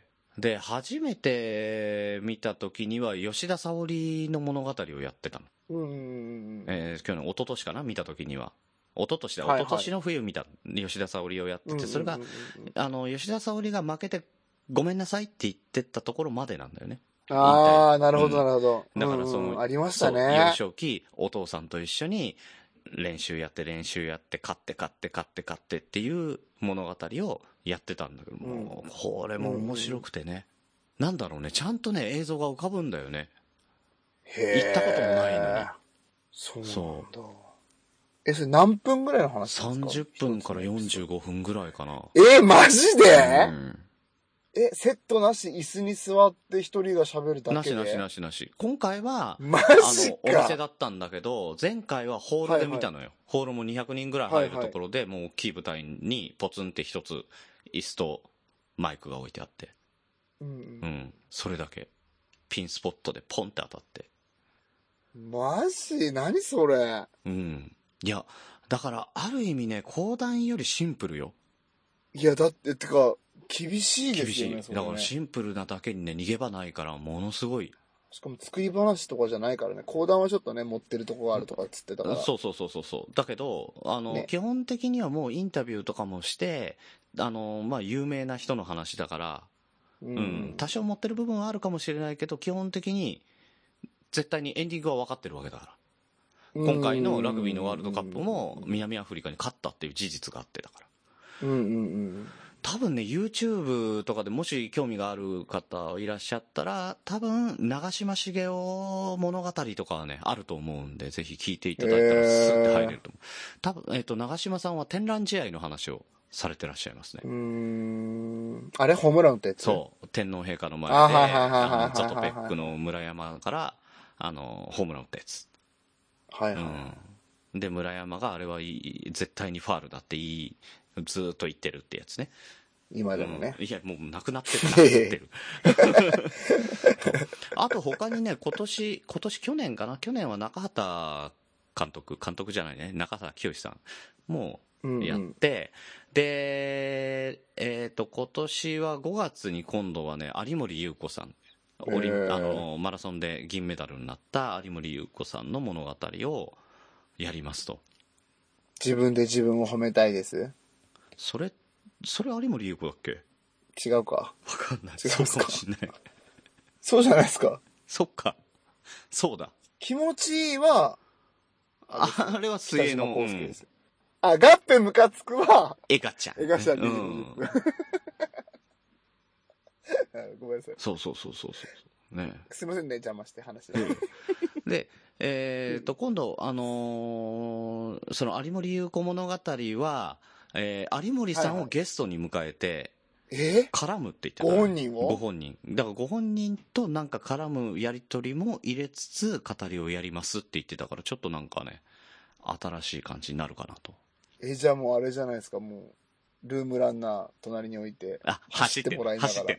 で、初めて見た時には吉田沙保里の物語をやってたの。去年、一昨年かな、見た時には。一昨年の冬見た吉田沙保里をやってて、それが、吉田沙保里が負けてごめんなさいって言ってたところまでなんだよね。 なるほど。 だからありましたね。 幼少期、お父さんと一緒に練習やって、勝ってっていう物語をやってたんだけども、これも面白くてね。なんだろうね、ちゃんとね、映像が浮かぶんだよね。行ったこともないのに。 そうなんだ。それ何分ぐらいの話ですか ？30分から45分ぐらいかな。 マジで？セットなし、椅子に座って一人が喋るだけで？ なし。今回は、 マジか。 お店だったんだけど、前回はホールで見たのよ。ホールも200人ぐらい入るところで、もう大きい舞台にポツンって一つ椅子とマイクが置いてあって。 うん。 それだけ。ピンスポットでポンって当たって。 マジ？何それ。 いや、だから、ある意味ね、講談よりシンプルよ。 いや、だって、てか、厳しいですよね。 厳しい。だからシンプルなだけにね、逃げ場ないから、ものすごい。 しかも作り話とかじゃないからね。講談はちょっとね、持ってるとこがあるとかっつってたから。 そう。だけど、ね、基本的にはもうインタビューとかもして、有名な人の話だから、多少持ってる部分はあるかもしれないけど、基本的に、絶対にエンディングは分かってるわけだから。今回のラグビーのワールドカップも南アフリカに勝ったっていう事実があってだから。多分ね、YouTube とかでもし興味がある方いらっしゃったら、多分、長嶋茂雄物語とかはね、あると思うんで、ぜひ聞いていただいたらスッて入れると思う。多分、長嶋さんは天覧試合の話をされてらっしゃいますね。 あれホームランってやつ？ そう。天皇陛下の前で、ザトペックの村山から、ホームラン打ったやつ。で、村山があれは絶対にファールだってずーっと言ってるってやつね。 今でもね。 いや、もうなくなってる。あと他にね、去年かな？去年は中畑監督じゃないね、中畑清さんもやって、で、今年は5月に今度はね、有森裕子さん。マラソンで銀メダルになった有森裕子さんの物語をやりますと。 自分で自分を褒めたいです。 それ有森裕子だっけ？ 違うか。 わかんない。そうかもしんない。 そうじゃないですか。 そっか。そうだ。 気持ちいいは、 あれは水泳の。 です。ガッペムカつくは、 エガちゃん。 エガちゃんで。ごめんなさい。 そう。ね。 すいませんね、邪魔して話で、今度、その有森裕子物語は、有森さんをゲストに迎えて、絡むって言ってた。 ご本人を？ ご本人。だからご本人となんか絡むやりとりも入れつつ、語りをやりますって言ってたから、ちょっとなんかね、新しい感じになるかなと。 じゃあもうあれじゃないですか、もう、ルームランナー隣に置いて、走ってもらいながら。そう。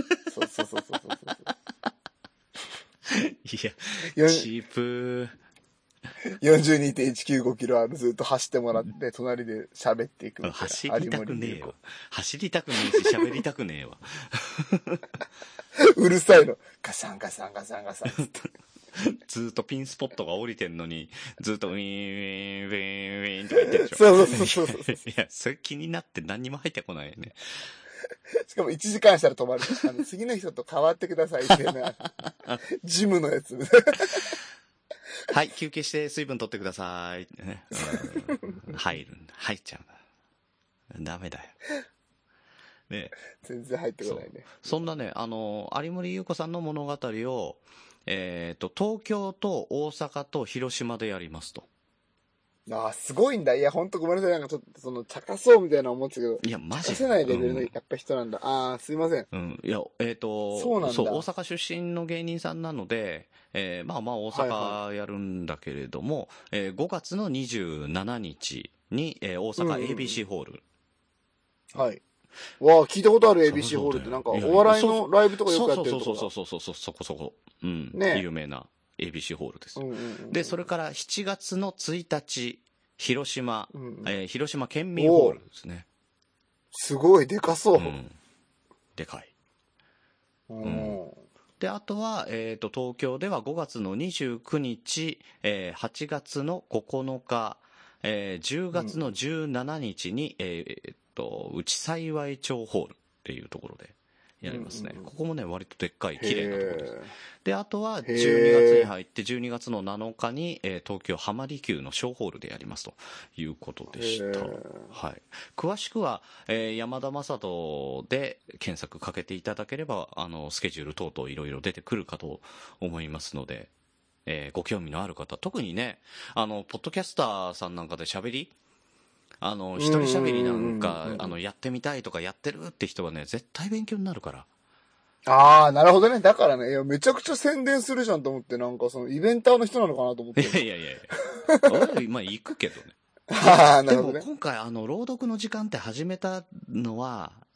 いや、チープ 42.195 キロずっと走ってもらって、隣で喋っていくみたいな。 走りたくねえわ。走りたくねえし、喋りたくねえわ。 うるさいの。ガサン。 ずっとピンスポットが降りてんのに、ずっとウィーン、ウィーン、ウィーンとか言ってるでしょ。そう。いや、それ気になって何にも入ってこないよね。 しかも1時間したら止まる。次の人と変わってくださいっていうね。ジムのやつ。 はい、休憩して水分取ってください。入っちゃう。ダメだよ。ね、 全然入ってこないね。 そんなね、有森裕子さんの物語を、東京と大阪と広島でやりますと。 すごいんだ。いや、ほんとごめんなさい。なんかちょっと茶化そうみたいな思ってたけど。 いや、マジで。 茶化せないレベルのやっぱ人なんだ。すいません。 いや、 そうなんだ。 そう、大阪出身の芸人さんなので、大阪やるんだけれども、5月の27日に、大阪 ABC ホール。 はい。聞いたことある ABC ホールってなんかお笑いのライブとかよくやってるとこだ。 そう、そこ。 ね。 有名な ABC ホールです。で、それから7月の1日、広島県民ホールですね。 すごい、でかそう。 でかい。で、あとは、東京では5月の29日、8月の9日、10月の17日に、内幸町ホールっていうところでやりますね。ここもね、割とでっかい綺麗なところです。で、あとは12月に入って12月の7日に、東京浜離宮の小ホールでやりますということでした。はい。詳しくは、山田正人で検索かけていただければ、スケジュール等々いろいろ出てくるかと思いますので、ご興味のある方、特にね、ポッドキャスターさんなんかで喋り、一人喋りなんか、やってみたいとかやってるって人はね、絶対勉強になるから。 なるほどね。だからね、いや、めちゃくちゃ宣伝するじゃんと思って、なんかそのイベンターの人なのかなと思って。 いや。俺、まあ行くけどね。 なるほどね。 でも今回、朗読の時間って始めたのは、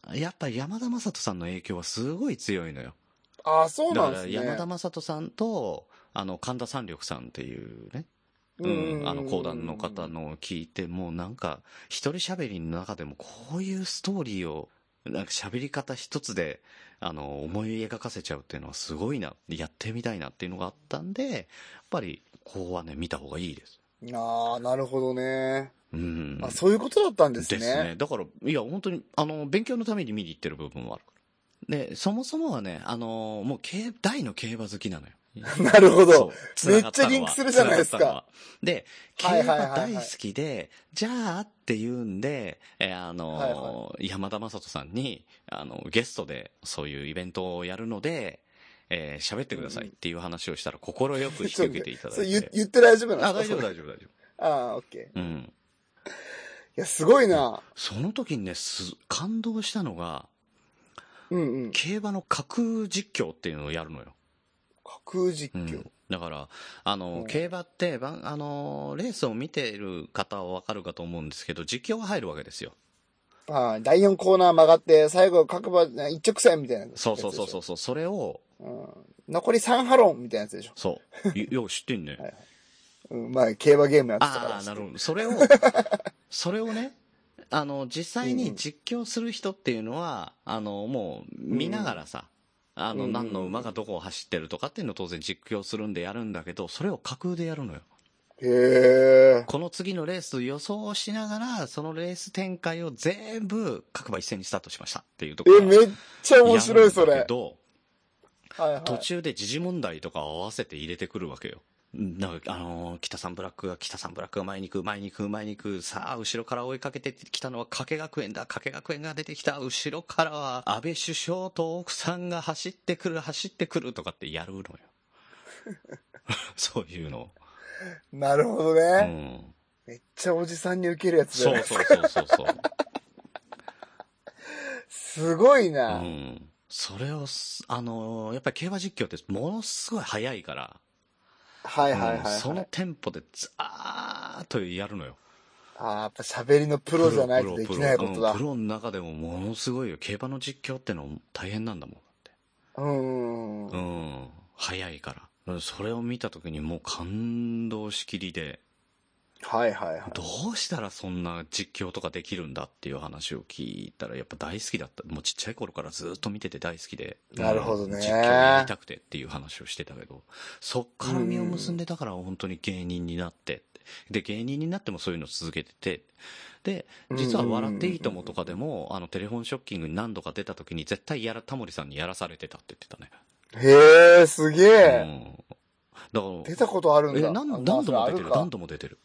やっぱり山田雅人さんの影響はすごい強いのよ。 ああ、そうなんですね。 だから山田雅人さんと、神田三緑さんっていうね、講談の方のを聞いて、もうなんか、一人喋りの中でもこういうストーリーを、なんか喋り方一つで、思い描かせちゃうっていうのはすごいな、やってみたいなっていうのがあったんで、やっぱり、ここはね、見た方がいいです。 ああ、なるほどね。 あ、 そういうことだったんですね。 ですね。だから、いや、本当に、勉強のために見に行ってる部分もあるから。で、そもそもはね、もう、大の競馬好きなのよ。 なるほど。めっちゃリンクするじゃないですか。 で、競馬大好きで、じゃあって言うんで、山田雅人さんに、ゲストでそういうイベントをやるので、喋ってくださいっていう話をしたら、快く引き受けていただいて。 言って大丈夫なんですか？ 大丈夫、大丈夫、大丈夫。 ああ、オッケー。うん。 いや、すごいな。 その時にね、感動したのが、競馬の架空実況っていうのをやるのよ。 架空実況、 だから競馬ってレースを見ている方は分かるかと思うんですけど、実況が入るわけですよ。 第4コーナー曲がって最後各馬一直線みたいな。 そう、それを、 残り3ハロンみたいなやつでしょ。 そうよう知ってんね。 まあ競馬ゲームやってたから。 なるほど。それをね、実際に実況する人っていうのはもう見ながらさ、何の馬がどこを走ってるとかっていうのを当然実況するんでやるんだけど、それを架空でやるのよ。 へー。 この次のレースを予想しながら、そのレース展開を全部各馬一斉にスタートしましたっていうところ。 めっちゃ面白いそれ。 途中で時事問題とかを合わせて入れてくるわけよ。なんか北三ブラックが前に行く、さあ後ろから追いかけてきたのは加計学園だ、加計学園が出てきた、後ろからは安倍首相と奥さんが走ってくるとかってやるのよ。そういうの。 なるほどね。めっちゃおじさんに受けるやつだよね。 そう。 すごいな。 それをやっぱり競馬実況ってものすごい早いから。そのテンポでザーッとやるのよ。 やっぱ喋りのプロじゃないとできないことだ。 プロの中でもものすごいよ。競馬の実況っての大変なんだもんだって。早いから。それを見た時にもう感動しきりで。どうしたらそんな実況とかできるんだっていう話を聞いたらやっぱ大好きだった。もうちっちゃい頃からずっと見てて大好きで。 なるほどね。 実況やりたくてっていう話をしてたけど、そっから実を結んでたから本当に芸人になって。で、芸人になってもそういうのを続けてて。で、実は笑っていいともとかでも、テレフォンショッキングに何度か出た時に絶対タモリさんにやらされてたって言ってたね。 へー、すげえ。 だから出たことあるんだ。 何度も出てる。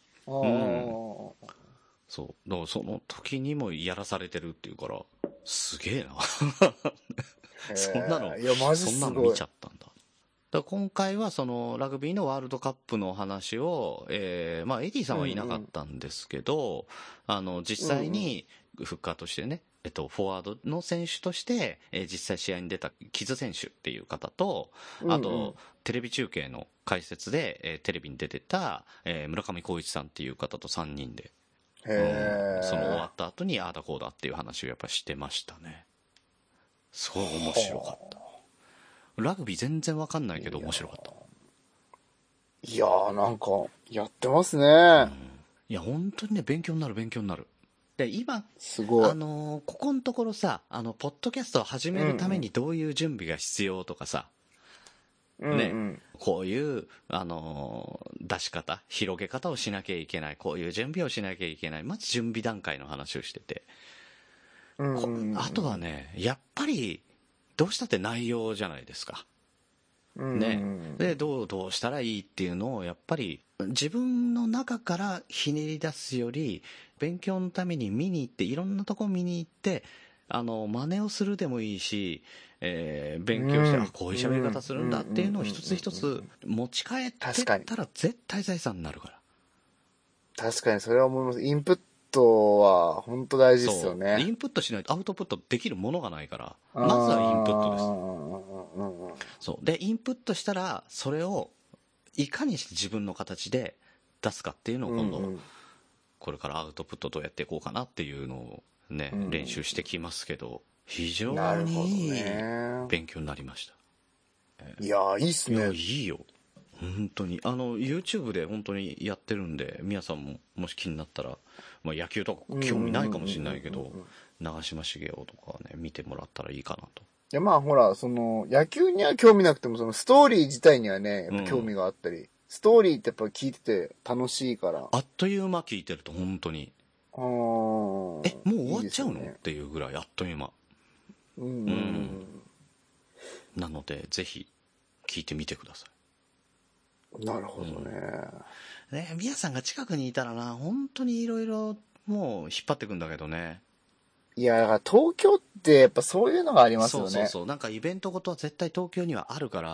そう。だからその時にもやらされてるっていうから、すげえな。そんなの見ちゃったんだ。だから今回はそのラグビーのワールドカップの話を、エディさんはいなかったんですけど、実際にフッカーとしてね、フォワードの選手として、実際試合に出た木津選手っていう方と、あと、テレビ中継の解説で、テレビに出てた、村上浩一さんっていう方と3人で、その終わった後にああだこうだっていう話をやっぱしてましたね。すごい面白かった。ラグビー全然わかんないけど面白かった。 いやーなんかやってますね。 いや本当にね勉強になる。で今すごいここのところさポッドキャストを始めるためにどういう準備が必要とかさ、こういう出し方広げ方をしなきゃいけない、こういう準備をしなきゃいけない、まず準備段階の話をしてて、あとはねやっぱりどうしたって内容じゃないですか。ね、でどうしたらいいっていうのをやっぱり自分の中からひねり出すより勉強のために見に行っていろんなとこ見に行って真似をするでもいいし、勉強して、こういう喋り方するんだっていうのを一つ一つ持ち帰ってったら絶対財産になるから。 確かにそれは思います。インプットは本当大事ですよね。 インプットしないとアウトプットできるものがないから、まずはインプットです。そうでインプットしたらそれをいかにして自分の形で出すかっていうのを今度、これからアウトプットどうやっていこうかなっていうのをね、練習してきますけど、 非常にいい勉強になりました。 いやー、いいっすね。いや、 いいよ。本当に。YouTube で本当にやってるんで、皆さんももし気になったら、まあ野球とか興味ないかもしれないけど、長嶋茂雄とかね、見てもらったらいいかなと。 いや、まあほら、野球には興味なくても、ストーリー自体にはね、やっぱ興味があったり、ストーリーってやっぱ聞いてて楽しいから。 あっという間聞いてると本当に。もう終わっちゃうのっていうぐらいあっという間。なので、ぜひ、聞いてみてください。なるほどね。 ね、宮さんが近くにいたらな、本当にいろいろもう引っ張ってくんだけどね。いや、だから東京ってやっぱそういうのがありますよね。 そう。なんかイベントごとは絶対東京にはあるから、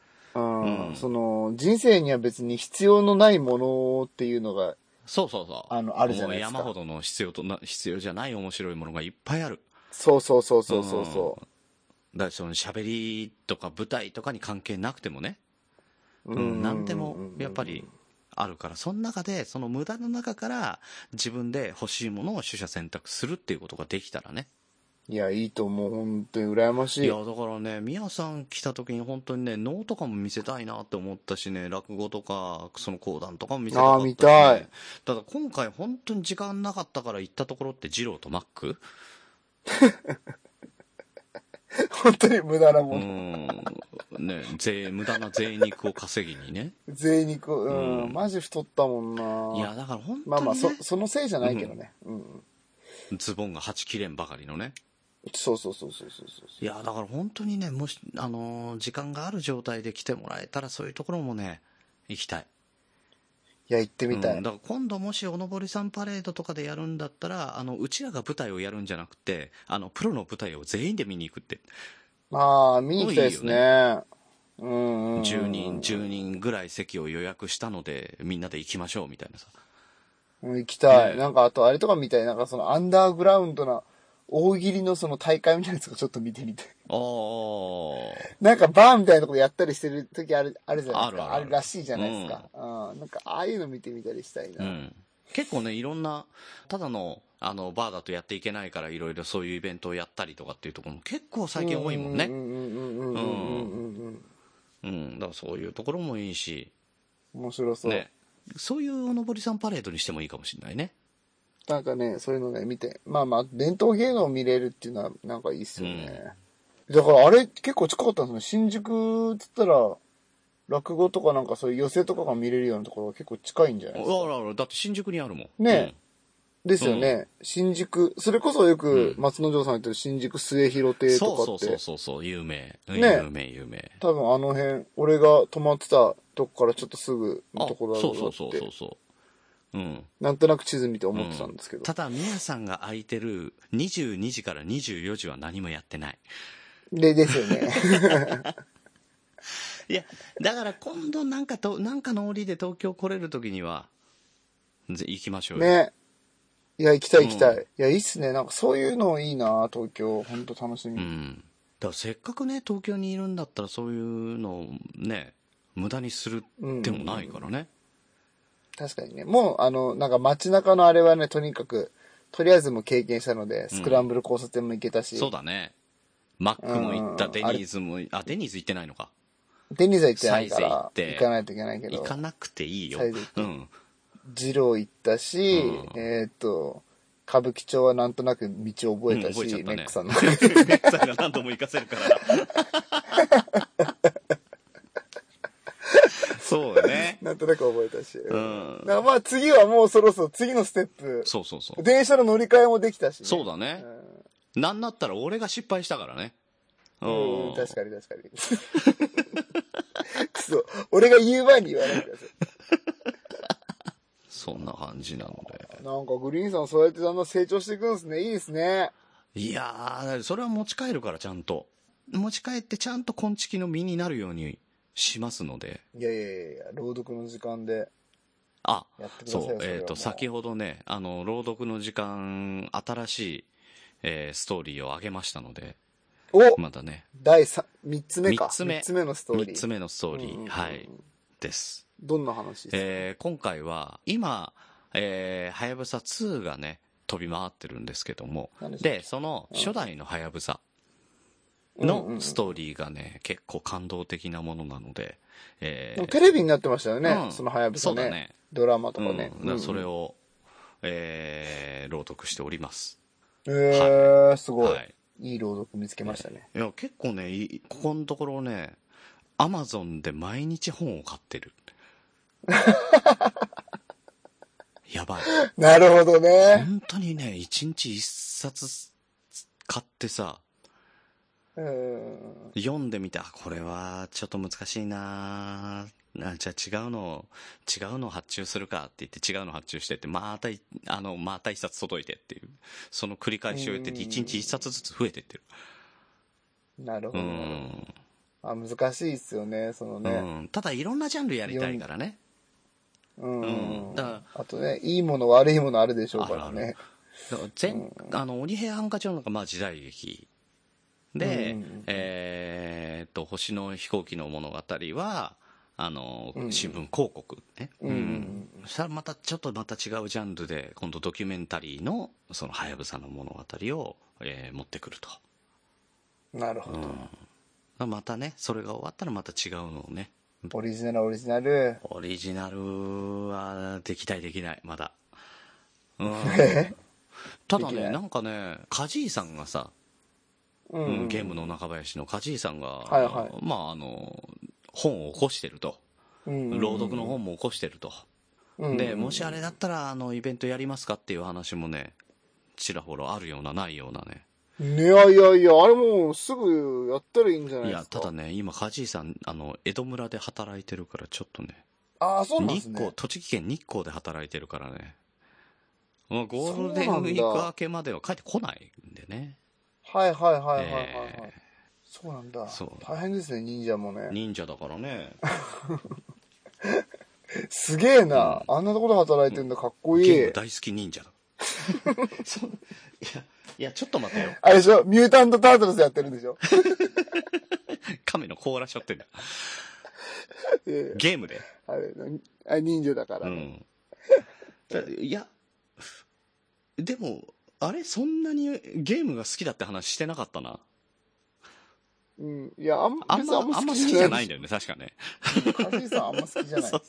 人生には別に必要のないものっていうのが、 そう。 あるじゃないですか。 山ほどの必要じゃない面白いものがいっぱいある。 そう。だからその喋りとか舞台とかに関係なくてもね、何でもやっぱりあるから、その中でその無駄の中から自分で欲しいものを取捨選択するっていうことができたらね。 いや、いいと思う。本当に羨ましい。 いや、だからね、宮さん来た時に本当にね、能とかも見せたいなって思ったしね、落語とか、その講談とかも見せたかったし、ね。 見たい。 ただ今回本当に時間なかったから行ったところって二郎とマック本当に無駄なもの。 ね、無駄な贅肉を稼ぎにね。 贅肉、マジ太ったもんな。 いや、だから本当に、ね。 まあそのせいじゃないけどね。 ズボンが8切れんばかりのね。 そう。 いや、だから本当にね、もし、時間がある状態で来てもらえたら、そういうところもね、行きたい。 いや、行ってみたい。 だから今度もしおのぼりさんパレードとかでやるんだったら、うちらが舞台をやるんじゃなくて、プロの舞台を全員で見に行くって。 ああ、見に行きたいですね。 10人ぐらい席を予約したので、みんなで行きましょうみたいなさ。 行きたい。ね、なんかあとあれとかみたいな、そのアンダーグラウンドな大喜利のその大会みたいなやつをちょっと見てみたい。なんかバーみたいなとこやったりしてる時あるじゃないですか。あるらしいじゃないですか。なんかああいうの見てみたりしたいな。 結構ね、いろんな、ただの、バーだとやっていけないからいろいろそういうイベントをやったりとかっていうところも結構最近多いもんね。だからそういうところもいいし。 面白そう。 ね。そういうおのぼりさんパレードにしてもいいかもしれないね。 なんかね、そういうのね、見て。まあ、伝統芸能を見れるっていうのはなんかいいっすよね。だからあれ結構近かったんですね。新宿って言ったら、落語とかなんかそういう寄席とかが見れるようなところが結構近いんじゃないですか。 だって新宿にあるもん。 ねですよね。新宿、それこそよく松之丞さん言ってる新宿末広亭とかって。 そう、有名。 有名。多分あの辺、俺が泊まってたとこからちょっとすぐのところだろうなって。 そう。 なんとなく地図見て思ってたんですけど。 ただ、宮さんが空いてる22時から24時は何もやってない。 ですよね。 いや、だから今度なんかの折で東京来れる時には、行きましょうよ。 ね。いや、行きたい。いや、いいっすね。なんかそういうのいいな、東京。ほんと楽しみ。 だからせっかくね、東京にいるんだったらそういうのをね、無駄にするってもないからね。 確かにね。もう、なんか街中のあれはね、とりあえずも経験したので、スクランブル交差点も行けたし。 そうだね。マックも行った、デニーズも、デニーズ行ってないのか。 デニーズは行ってないから、行かないといけないけど。 行かなくていいよ。 二郎行ったし、歌舞伎町はなんとなく道を覚えたし、メックさんの。メックさんが何度も行かせるから。そうだね。 なんとなく覚えたし。まあ次はもうそろそろ次のステップ。 そう。 電車の乗り換えもできたし、ね。 そうだね。なんなったら俺が失敗したからね。 確かに。くそ。俺が言う前に言わないでください。 そんな感じなので。 なんかグリーンさんそうやってだんだん成長していくんですね。いいですね。 いやー、それは持ち帰るからちゃんと。持ち帰ってちゃんと昆虫の実になるようにしますので。 いや、朗読の時間で。やってくださいよ。 そう、先ほどね、朗読の時間、新しい、ストーリーを上げましたので。まだね。 3つ目か。 3つ目のストーリー。3つ目のストーリー。はい。です。 どんな話ですか？ 今回は、今、はやぶさ2がね、 飛び回ってるんですけども、でその初代のはやぶさのストーリーがね、結構感動的なものなので、 でもテレビになってましたよね、そのはやぶさね。そうだね。ドラマとかね。 それを、朗読しております。 はい、すごい、はい。いい朗読見つけましたね。 いや、結構ね、ここのところね、アマゾンで毎日本を買ってる。やばい。 なるほどね。 本当にね、一日一冊買ってさ、読んでみて、これはちょっと難しいな、じゃあ違うの発注するかって言って違うの発注してって、また一冊届いてっていう、その繰り返しをやってて、一日一冊ずつ増えてってる。 なるほど。難しいっすよね、そのね。 ただいろんなジャンルやりたいからね。 だからあとね、いいもの悪いものあるでしょうからね。 鬼平犯科帳なんかまあ時代劇で、星の飛行機の物語は新聞広告ね。そしたらまた違うジャンルで今度ドキュメンタリーのそのはやぶさの物語を、持ってくると。 なるほど。 またね、それが終わったらまた違うのをね。 オリジナルはできないまだ。ただね、なんかね、梶井さんがさ、ゲームの中林の梶井さんが、本を起こしてると、朗読の本も起こしてると、でもしあれだったらイベントやりますかっていう話もね、ちらほらあるようなないようなね。 いや、あれもうすぐやったらいいんじゃないですか。 いや、ただね、今梶井さん江戸村で働いてるからちょっとね。 そうなんですね。 栃木県日光で働いてるからね、ゴールデンウィーク明けまでは帰ってこないんでね。 はい。そうなんだ。大変ですね、忍者もね。 忍者だからね。 すげえな、あんなところで働いてんだ、かっこいい。 ゲーム大好き忍者だ。いや、ちょっと待ってよ。 あれでしょ、ミュータントタートルズやってるんでしょ。 亀の甲羅しょってんだ。ゲームで。 あれ忍者だからね。 いや、でも、あれそんなにゲームが好きだって話してなかったな。 いや、あんま好きじゃないんだよね、確かね。 梶井さんあんま好きじゃない。そう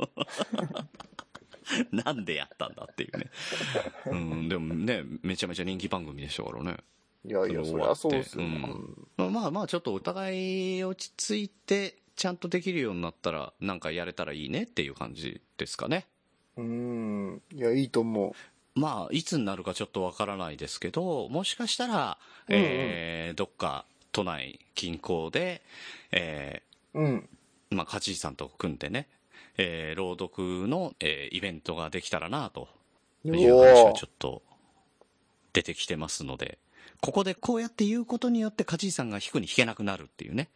なんでやったんだっていうね。でもね、めちゃめちゃ人気番組でしたからね。 いや、そりゃそうですよ。 まあちょっとお互い落ち着いてちゃんとできるようになったらなんかやれたらいいねっていう感じですかね。 いや、いいと思う。 まあいつになるかちょっとわからないですけど、もしかしたら、どっか都内近郊で、梶井さんと組んでね、朗読の、イベントができたらなという話がちょっと出てきてますので、ここでこうやって言うことによって梶井さんが弾くに弾けなくなるっていうね。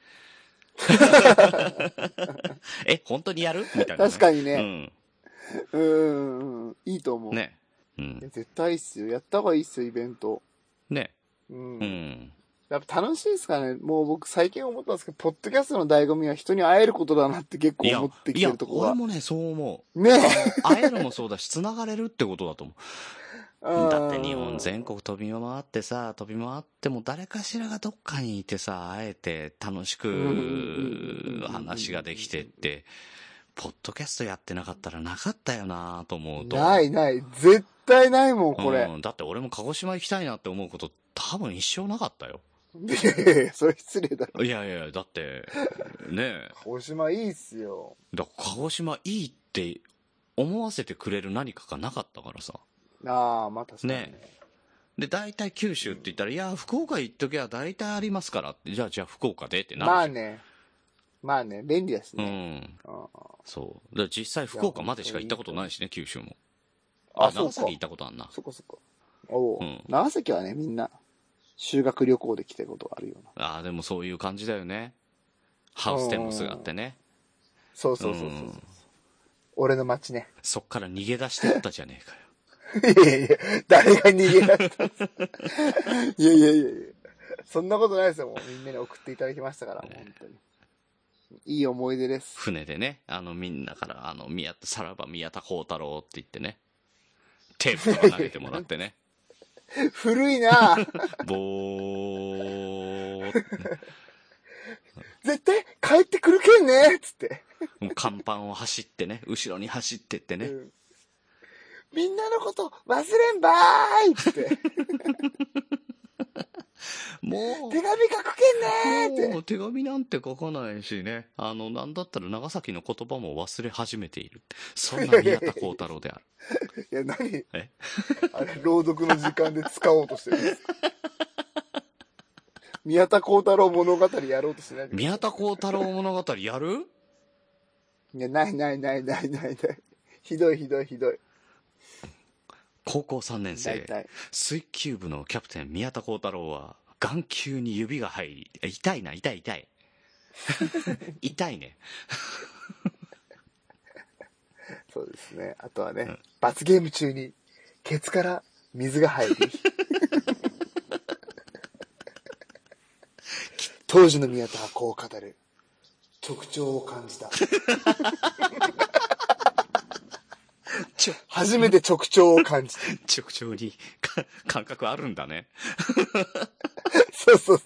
本当にやるみたいな、ね。 確かにね。いいと思う。 ね。 絶対いいっすよ。やった方がいいっすよ、イベント。 ね。 やっぱ楽しいですからね。もう僕最近思ったんですけど、ポッドキャストの醍醐味は人に会えることだなって結構思ってきてるところが。 俺もね、そう思う。 ね。 会えるもそうだし、繋がれるってことだと思う。だって日本全国飛び回っても誰かしらがどっかにいてさ、会えて楽しく話ができてって、ポッドキャストやってなかったらなかったよなと思うと。 ない。絶対ないもん、これ。 だって俺も鹿児島行きたいなって思うこと多分一生なかったよ。 それ失礼だろ。 いや、だって、ねえ。 鹿児島いいっすよ。 鹿児島いいって思わせてくれる何かがなかったからさ。 まあ確かにね。 で、大体九州って言ったら、いや、福岡行っときゃ大体ありますからって、じゃあ福岡でってなるじゃん。 まあね、便利だしね。 そう。実際福岡までしか行ったことないしね、九州も。長崎行ったことあんな。 そこ。長崎はね、みんな、修学旅行で来たことがあるような。でもそういう感じだよね。ハウステンボスがあってね。 そう。俺の街ね。 そっから逃げ出してったじゃねえかよ。 いや、誰が逃げ出したんですか。いや。そんなことないですよ、もうみんなに送っていただきましたから、本当に。いい思い出です。 船でね、みんなから、さらば宮田幸太郎って言ってね、テープとか投げてもらってね。 古いな。 ぼー。 絶対帰ってくるけんねつって。 もう甲板を走ってね、後ろに走ってってね。 みんなのこと忘れんばーいつって。 もう手紙書くけんねーって。 もう手紙なんて書かないしね。なんだったら長崎の言葉も忘れ始めている。そんな宮田幸太郎である。 いや、何あれ、朗読の時間で使おうとしてるんですか。宮田幸太郎物語やろうとしてない。 宮田幸太郎物語やる？ いや、ない。ひどい。 高校3年生、水球部のキャプテン宮田幸太郎は、眼球に指が入り、痛い。痛いね。 そうですね。あとはね、罰ゲーム中に、ケツから水が入り。当時の宮田はこう語る。特徴を感じた。初めて直腸を感じた。 直腸に感覚あるんだね。 そう。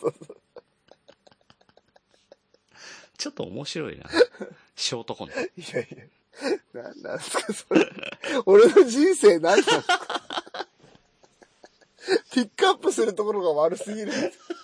ちょっと面白いな。ショートコント。いや。なんすかそれ。俺の人生何なんすか。ピックアップするところが悪すぎる。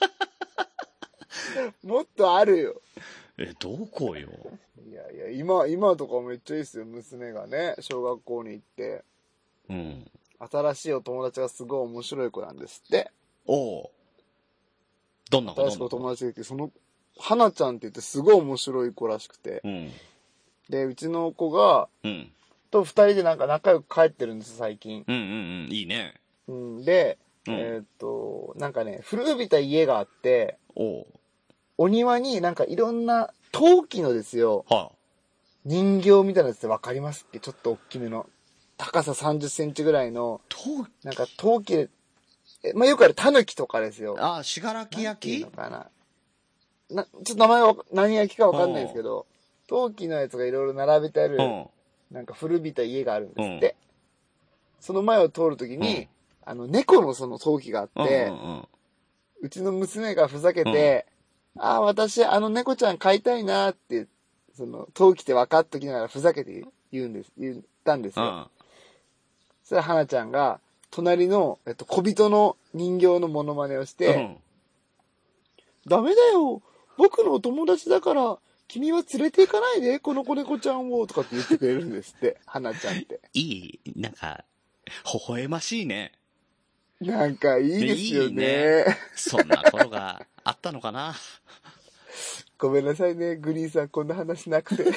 もっとあるよ。 どこよ。 いや、今とかめっちゃいいっすよ。娘がね、小学校に行って。新しいお友達がすごい面白い子なんですって。 おう。どんな子？ 新しいお友達がいて、花ちゃんって言ってすごい面白い子らしくて。で、うちの子が、と二人でなんか仲良く帰ってるんです、最近。 いいね。 で、なんかね、古びた家があって、お庭になんかいろんな陶器のですよ、人形みたいなやつってわかりますっけ？ちょっと大きめの。高さ30センチぐらいの、なんか陶器で、まあ、よくあるタヌキとかですよ。 信楽焼？ ちょっと名前は何焼きかわかんないですけど、陶器のやつがいろいろ並べてある、なんか古びた家があるんですって。その前を通るときに、猫のその陶器があって、うちの娘がふざけて、私、猫ちゃん飼いたいなって、その、陶器って分かっときながらふざけて言ったんですよ。そしたら、花ちゃんが、隣の、小人の人形のモノマネをして、ダメだよ、僕のお友達だから、君は連れて行かないで、この子猫ちゃんを、とかって言ってくれるんですって、花ちゃんって。 なんか、微笑ましいね。 なんかいいですよね。いいね。 そんな頃があったのかな。 ごめんなさいね、グリーンさん、こんな話なくて。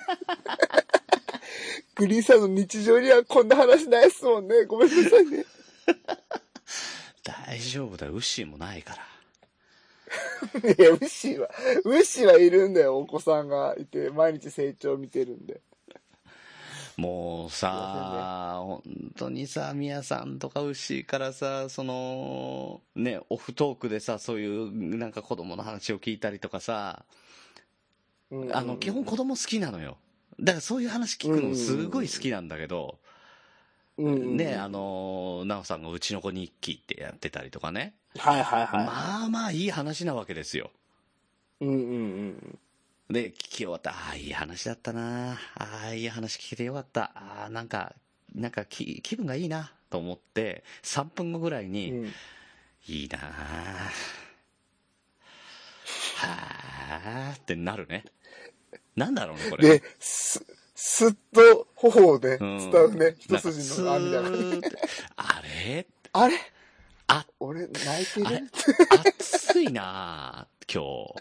グリーンさんの日常にはこんな話ないっすもんね。ごめんなさいね。 大丈夫だよ、ウッシーもないから。 いや、ウッシーはいるんだよ、お子さんがいて、毎日成長見てるんで。 もうさ、本当にさ、みやさんとかウッシーからさ、ね、オフトークでさ、そういうなんか子供の話を聞いたりとかさ、基本子供好きなのよ。だからそういう話聞くのすごい好きなんだけど、ね、なおさんがうちの子日記ってやってたりとかね。まあいい話なわけですよ。で、聞き終わった。いい話だったな。いい話聞けてよかった。なんか気分がいいな、と思って、3分後ぐらいに、いいなはぁってなるね。なんだろうね、これ。 で、すっと頬をね、伝うね、一筋の涙が。 あれ俺、泣いてる？ 暑いな今日。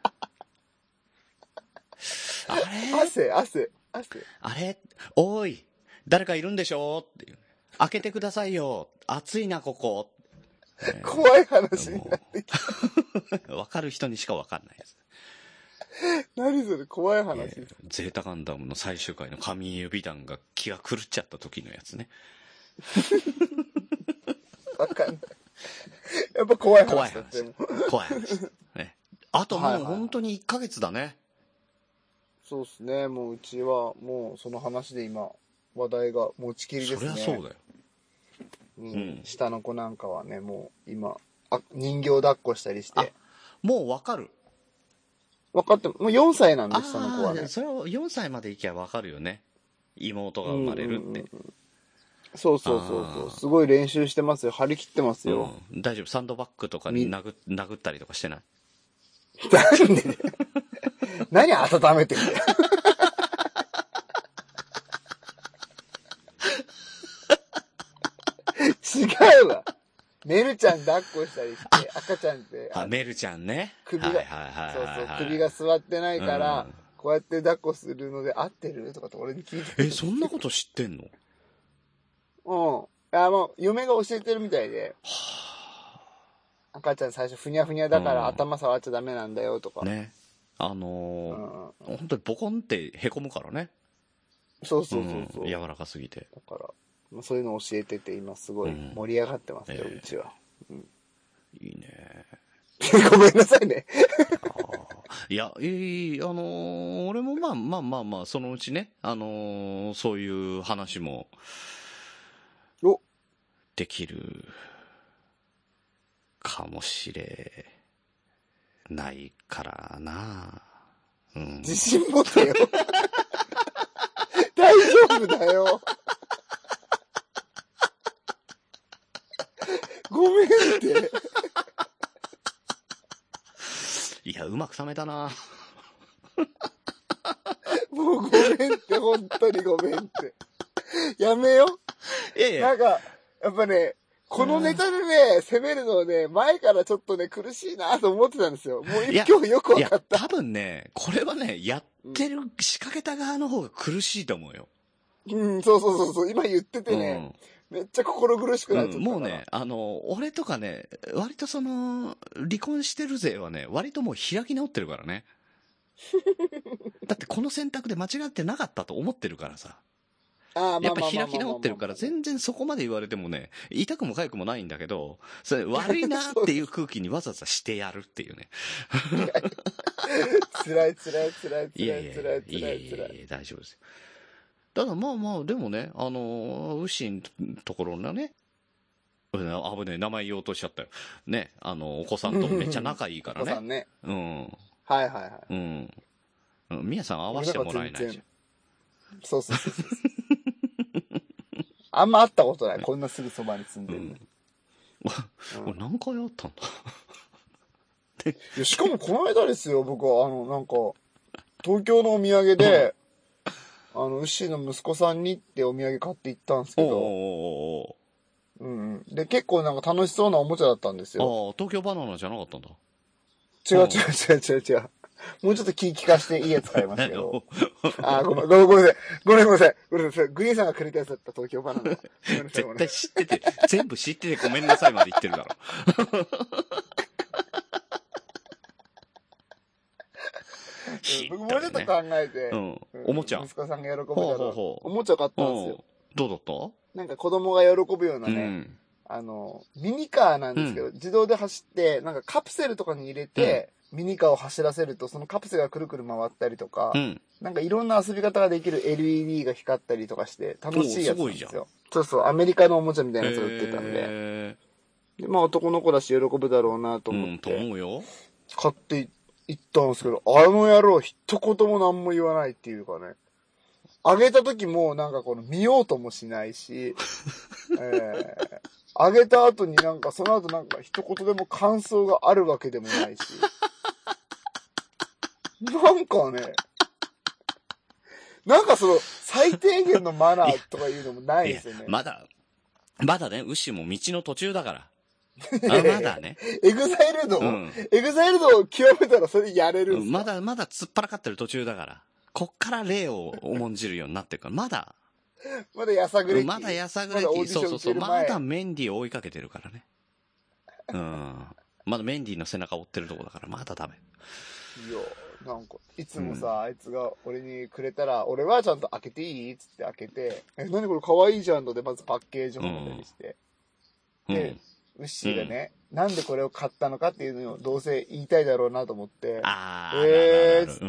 汗。 あれおい、誰かいるんでしょっていう。開けてくださいよ。暑いな、ここ。 怖い話になってきた。わかる人にしかわかんないです。 何それ、怖い話。 ゼータガンダムの最終回の神指弾が気が狂っちゃった時のやつね。 わかんない。やっぱ怖い話だって。 怖い話。ね。あともう本当に1ヶ月だね。 そうっすね。もううちはもうその話で今話題が持ちきりですね。 そりゃそうだよ。 下の子なんかはね、もう今、人形抱っこしたりして。 もうわかる？ 分かって、もう4歳なんで、下の子はね。 それを4歳まで行きゃわかるよね。妹が生まれるって。 そうそうそうそう。すごい練習してますよ。張り切ってますよ。 大丈夫？サンドバッグとかに殴ったりとかしてない？ なんでね。何温めてんだよ。違うわ。メルちゃん抱っこしたりして、赤ちゃんって。 メルちゃんね。 首が、首が座ってないから、こうやって抱っこするので合ってるとかって俺に聞いてる。 そんなこと知ってんの？ もう、嫁が教えてるみたいで。赤ちゃん最初ふにゃふにゃだから頭触っちゃダメなんだよとか。 ね。本当にボコンって凹むからね。 そう。柔らかすぎて。 だから、そういうの教えてて今すごい盛り上がってますよ、うちは。 いいね。 ごめんなさいね。 いや、俺もまあ、そのうちね、そういう話も、できる、かもしれないからな。 自信持ってよ。大丈夫だよ。ごめんって。 いや、うまく冷めたな。 もうごめんって、本当にごめんって。やめよ。なんか、やっぱね、このネタでね、攻めるのをね、前からちょっとね、苦しいなと思ってたんですよ。もう今日よくわかった。 多分ね、これはね、やってる、仕掛けた側の方が苦しいと思うよ。 そう。今言っててね、めっちゃ心苦しくなっちゃった。 もうね、俺とかね、割と離婚してる勢はね、割ともう開き直ってるからね。だってこの選択で間違ってなかったと思ってるからさ。やっぱ開き直ってるから全然そこまで言われてもね、痛くも痒くもないんだけど、それ悪いなっていう空気にわざわざしてやるっていうね。 辛い。 いや、大丈夫ですよ。ただまあ、でもね、ウッシーのところのね、危ねえ、名前言おうとしちゃったよ。ね、お子さんとめっちゃ仲いいからね。お子さんね。 はい。みやさん会わせてもらえないじゃん。 そう。あんま会ったことない。こんなすぐそばに住んでるのに。 俺何回会ったんだ。しかもこの間ですよ、僕は、なんか、東京のお土産で、ウッシーの息子さんにってお土産買って行ったんですけど、で、結構なんか楽しそうなおもちゃだったんですよ。 東京バナナじゃなかったんだ。 違う。もうちょっと気利かしていいやつ買いますけど。ごめんなさい。グリーンさんがくれたやつだった、東京バナナ。 絶対知ってて、全部知っててごめんなさいまで言ってるだろ。 僕もうちょっと考えて、 おもちゃ。 息子さんが喜ぶだろう。おもちゃ買ったんですよ。 どうだった？ なんか子供が喜ぶようなね、ミニカーなんですけど、自動で走って、なんかカプセルとかに入れて、ミニカーを走らせると、そのカプセルがくるくる回ったりとか、なんかいろんな遊び方ができる LED が光ったりとかして、楽しいやつなんですよ。そう、アメリカのおもちゃみたいなやつが売ってたんで。で、まあ男の子だし喜ぶだろうなと思って。 と思うよ。 買って行ったんですけど、野郎一言も何も言わないっていうかね。あげた時もなんか見ようともしないし、あげた後になんかその後なんか一言でも感想があるわけでもないし。なんかね、なんか最低限のマナーとかいうのもないですよね。 まだね、ウッシーも道の途中だから。まだね。 エグザイルドを極めたらそれやれるんすか？ まだ突っ張らかってる途中だから。こっから霊を重んじるようになってるから、まだやさぐれ期。そう。まだメンディーを追いかけてるからね。まだメンディーの背中を追ってるとこだから、まだダメ。 いや、なんか、いつもさ、あいつが俺にくれたら、俺はちゃんと開けていいっつって開けて、何これ可愛いじゃんので、まずパッケージを持ったりして。で、ウッシーがね、なんでこれを買ったのかっていうのをどうせ言いたいだろうなと思って、つって、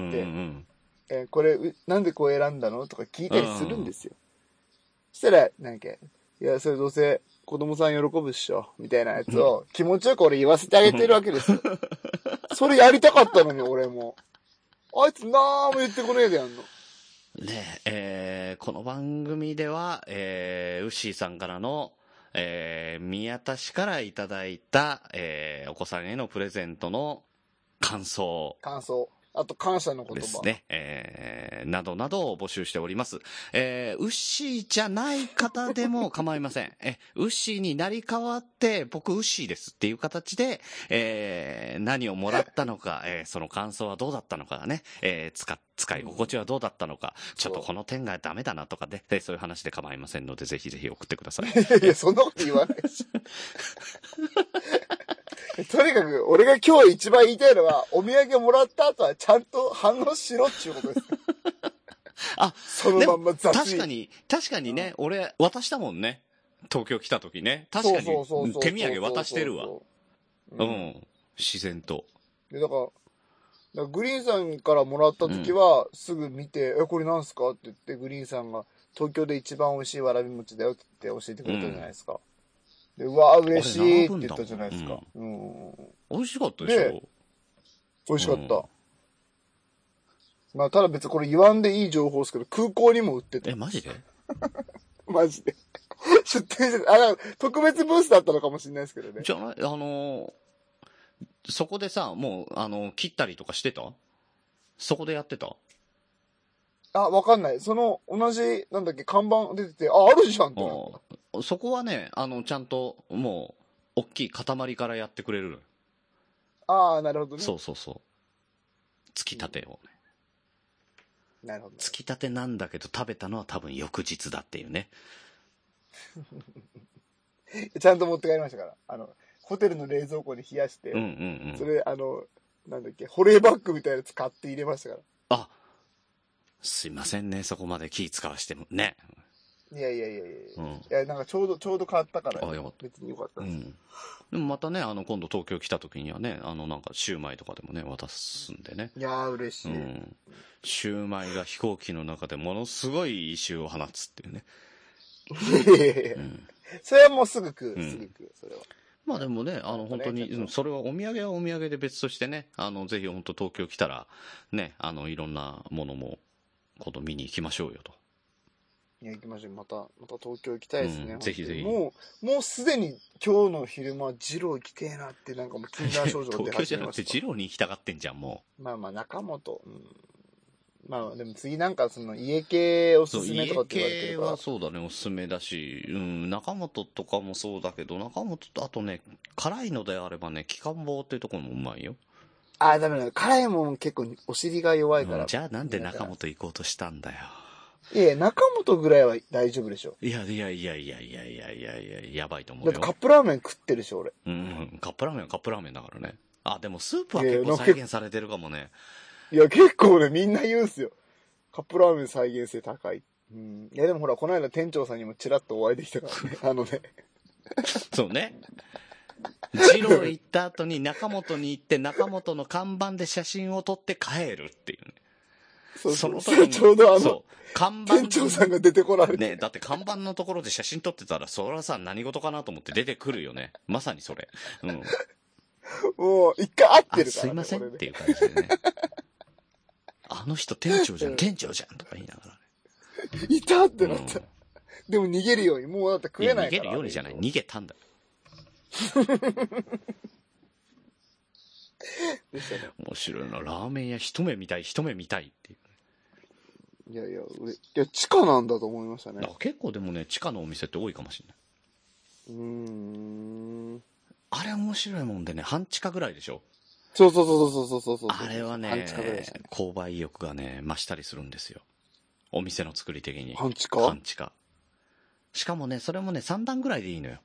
これ、なんでこう選んだのとか聞いたりするんですよ。そしたら、なんか、いや、それどうせ、 子供さん喜ぶっしょ、みたいなやつを気持ちよく俺言わせてあげてるわけですよ。それやりたかったのに、俺も。あいつなんも言ってこねえでやんの。 ね、この番組では、ウッシーさんからの、宮田氏からいただいた、お子さんへのプレゼントの感想。 あと感謝の言葉。 ですね。などなどを募集しております。ウッシーじゃない方でも構いません。ウッシーになり変わって、僕ウッシーですっていう形で、何をもらったのか、その感想はどうだったのかね、使い心地はどうだったのか、ちょっとこの点がダメだなとかね、そういう話で構いませんので、ぜひぜひ送ってください。 いや、そんなこと言わないし。とにかく、俺が今日一番言いたいのは、お土産もらった後はちゃんと反応しろっていうことです。 あ、 そのまんま雑に。確かにね、俺、渡したもんね。東京来た時ね。確かに、手土産渡してるわ。うん。自然と。 で、だからグリーンさんからもらった時は、すぐ見て、これなんすかって言って、グリーンさんが、東京で一番美味しいわらび餅だよって教えてくれたじゃないですか。で、うわ、嬉しいって言ったじゃないですか。 美味しかったでしょ。 美味しかった。まあ、ただ別にこれ言わんでいい情報ですけど、空港にも売ってた。 マジでマジで。出店して特別ブースだったのかもしれないですけどね。 じゃない、そこでさ、もう、切ったりとかしてた？そこでやってた？ わかんない。同じ、なんだっけ、看板出てて、あるじゃんって。 そこはね、ちゃんと、もう、大きい塊からやってくれる。 なるほどね。 そう。つきたてをね。 なるほど。 つきたてなんだけど、食べたのは多分翌日だっていうね。 ちゃんと持って帰りましたから。ホテルの冷蔵庫に冷やして、それ、なんだっけ、保冷バッグみたいなやつ買って入れましたから。 すいませんね、そこまで気使わしてもね。 いや、なんかちょうど買ったから、別によかったです。 でもまたね、今度東京来た時にはね、なんかシューマイとかでもね、渡すんでね。 いやー、嬉しい。 シューマイが飛行機の中でものすごい異臭を放つっていうね。 それはもうすぐ食う、それは。 まあでもね、本当に、それはお土産はお土産で別としてね、ぜひ本当東京来たら、ね、いろんなものも、今度見に行きましょうよと。 いや、行きましょう。また東京行きたいですね。 ぜひぜひ。 もうすでに今日の昼間、二郎行きてえなって、なんかもう禁断症状で東京じゃなくて二郎に行きたがってんじゃん、もう。まあ、中本。まあ、でも次なんか家系おすすめとかって言われてるから。 家系はそうだね、おすすめだし、中本とかもそうだけど、中本とあとね、辛いのであればね、きかん坊っていうところもうまいよ。 ダメだ。辛いもん結構お尻が弱いから。 じゃあなんで中本行こうとしたんだよ。 いや、中本ぐらいは大丈夫でしょ。 いや、やばいと思うよ。 だってカップラーメン食ってるし、俺。 カップラーメンはカップラーメンだからね。でもスープは結構再現されてるかもね。 いや、結構ね、みんな言うんすよ。カップラーメン再現性高い。いや、でもほら、この間店長さんにもチラッとお会いできたからね。 そうね。二郎行った後に中本に行って、中本の看板で写真を撮って帰るっていうね。 その時にちょうど看板店長さんが出てこられて。 ね、だって看板のところで写真撮ってたら、それはさ、何事かなと思って出てくるよね。まさにそれ。 もう、一回会ってるから、ね。 すいませんっていう感じでね。あの人店長じゃん、店長じゃんとか言いながらね。いたってなった。でも逃げるように、もうだって食えないから。 逃げるようにじゃない、逃げたんだ。面白いな、ラーメン屋一目見たいっていう。 いや、地下なんだと思いましたね。 結構でもね、地下のお店って多いかもしれない。あれ面白いもんでね、半地下ぐらいでしょ。 そう。 あれはね、購買意欲がね、増したりするんですよ。お店の作り的に。 半地下。 しかもね、それもね、3段ぐらいでいいのよ。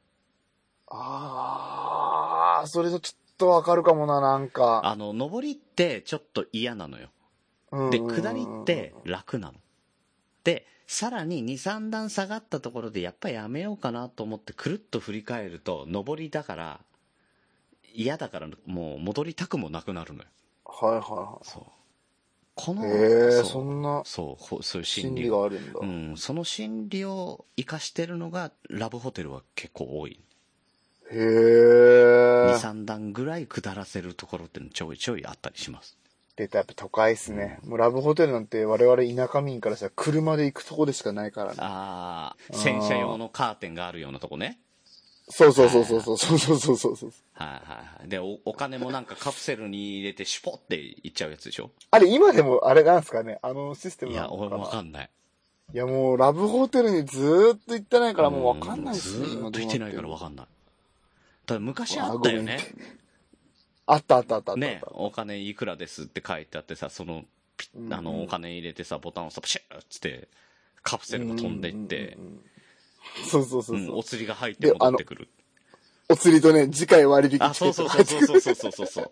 それとちょっとわかるかもな、なんか。 上りってちょっと嫌なのよ。で、下りって楽なの。で、さらに2、3段下がったところで、やっぱりやめようかなと思ってくるっと振り返ると、上りだから、嫌だからもう戻りたくもなくなるのよ。 はい。 そう。 この、 そんな、 そういう心理があるんだ。 うん、その心理を活かしてるのが、ラブホテルは結構多い。 へー。 2、3段ぐらい下らせるところってちょいちょいあったりします。 やっぱ都会っすね。もうラブホテルなんて我々田舎民からしたら車で行くとこでしかないからね。 ああ、洗車用のカーテンがあるようなとこね。 そう。はいはいはい。で、お金もなんかカプセルに入れてシュポっていっちゃうやつでしょ。 あれ今でもあれなんですかね、あのシステムなのかな。 いや、俺わかんない。 いやもうラブホテルにずーっと行ってないからもうわかんないっすね。 ずーっと行ってないからわかんない。ただ昔あったよね。 あった。 ね、お金いくらですって書いてあってさ、お金入れてさ、ボタンをさ、プシューッつって、カプセルが飛んでいって、 そう。 お釣りが入って戻ってくる。 お釣りとね、次回割引チケットが入ってくる。 そう。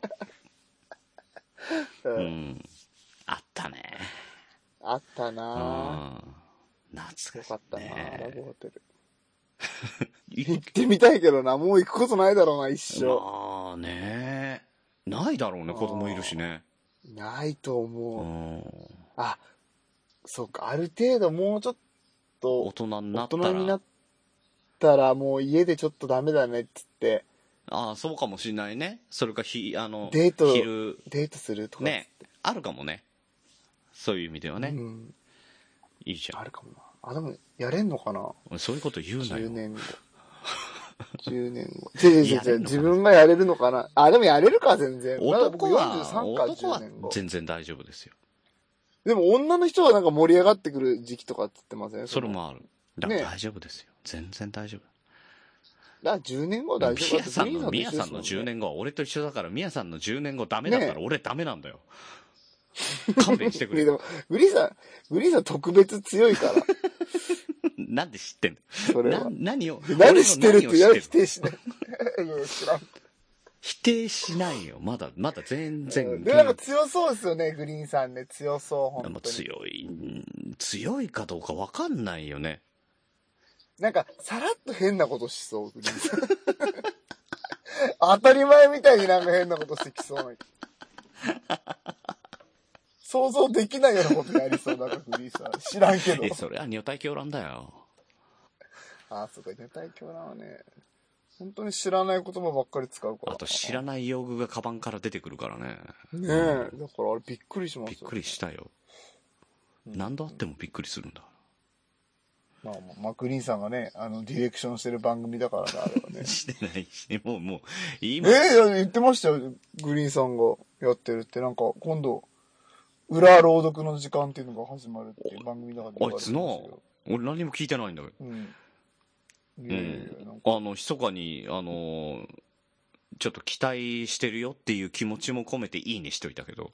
うん。あったね。 あったなぁ。 懐かしい、ね。 よかったなぁ、ラブホテル。行ってみたいけどな、もう行くことないだろうな、一生。 まあね。ないだろうね、子供いるしね。 ないと思う。あ、そうか、ある程度もうちょっと、 大人になったらもう家でちょっとダメだねって言って。 ああ、そうかもしれないね。それかデートするとか。 ね。あるかもね。そういう意味ではね。 うん。 いいじゃん。 あるかもな。あ、でも、やれんのかな？ そういうこと言うなよ。 10年後。10年後。違う。自分がやれるのかな？あ、でもやれるか、全然。 男は 10年後。 全然大丈夫ですよ。 でも女の人はなんか盛り上がってくる時期とかって言ってません？ それもある。だから大丈夫ですよ。全然大丈夫。 だから10年後大丈夫だって。 ミヤさんの10年後は俺と一緒だから、ミヤさんの10年後ダメだったら俺ダメなんだよ。勘弁してくれ。 でも、グリーンさん特別強いから。 なんで知ってんの？ それは。 何をなんで知ってるって否定しない。いや、知らん。 否定しないよ。まだ全然。 で、なんか強そうですよね、グリーンさんね。強そう、本当に。強いかどうかわかんないよね。 なんか、さらっと変なことしそう、グリーンさん。当たり前みたいになんか変なことしてきそうな。想像できないようなことやりそうだから、グリーンさん。知らんけど。 それは女体狂乱だよ。 あ、そうか、女体狂乱はね、本当に知らない言葉ばっかり使うから。 あと知らない用具がカバンから出てくるからね。 ねえ、だからあれびっくりしますよ。 びっくりしたよ。何度あってもびっくりするんだ。 まあ、グリーンさんがね、ディレクションしてる番組だからね、あれはね。 してないし、もう、今。 言ってましたよ、グリーンさんがやってるって。なんか、今度、裏朗読の時間っていうのが始まるっていう番組だから。 あいつな、俺何も聞いてないんだけど。密かに、ちょっと期待してるよっていう気持ちも込めていいねしといたけど。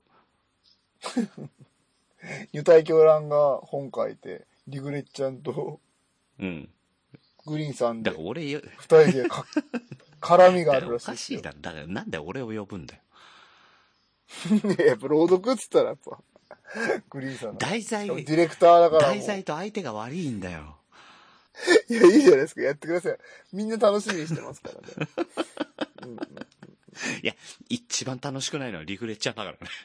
女体狂乱が本書いて、リグレッちゃんと、グリーンさんで、 だから俺、 二人で絡みがあるらしい。 おかしいだろ。だからなんで俺を呼ぶんだよ。 やっぱ朗読っつったらやっぱ、グリーンさんの。 題材、 ディレクターだから。 題材と相手が悪いんだよ。 いや、いいじゃないですか。やってください。みんな楽しみにしてますからね。 いや、一番楽しくないのはリグレッちゃんだからね。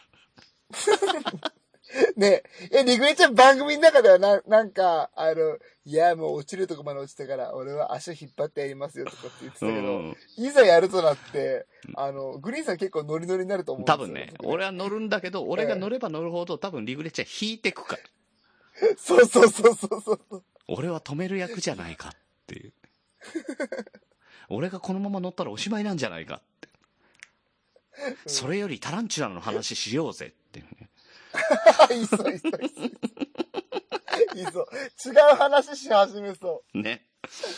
ねえ、リグレちゃん番組の中ではなんか、いや、もう落ちるとこまで落ちてから、俺は足引っ張ってやりますよとかって言ってたけど、いざやるとなって、グリーンさん結構ノリノリになると思うんですよ。 多分ね、俺は乗るんだけど、俺が乗れば乗るほど多分リグレちゃん引いてくから。 そう。 俺は止める役じゃないかっていう。俺がこのまま乗ったらおしまいなんじゃないかって。それよりタランチュラの話しようぜっていうね。 いいそう。違う話し始めそう。 ね。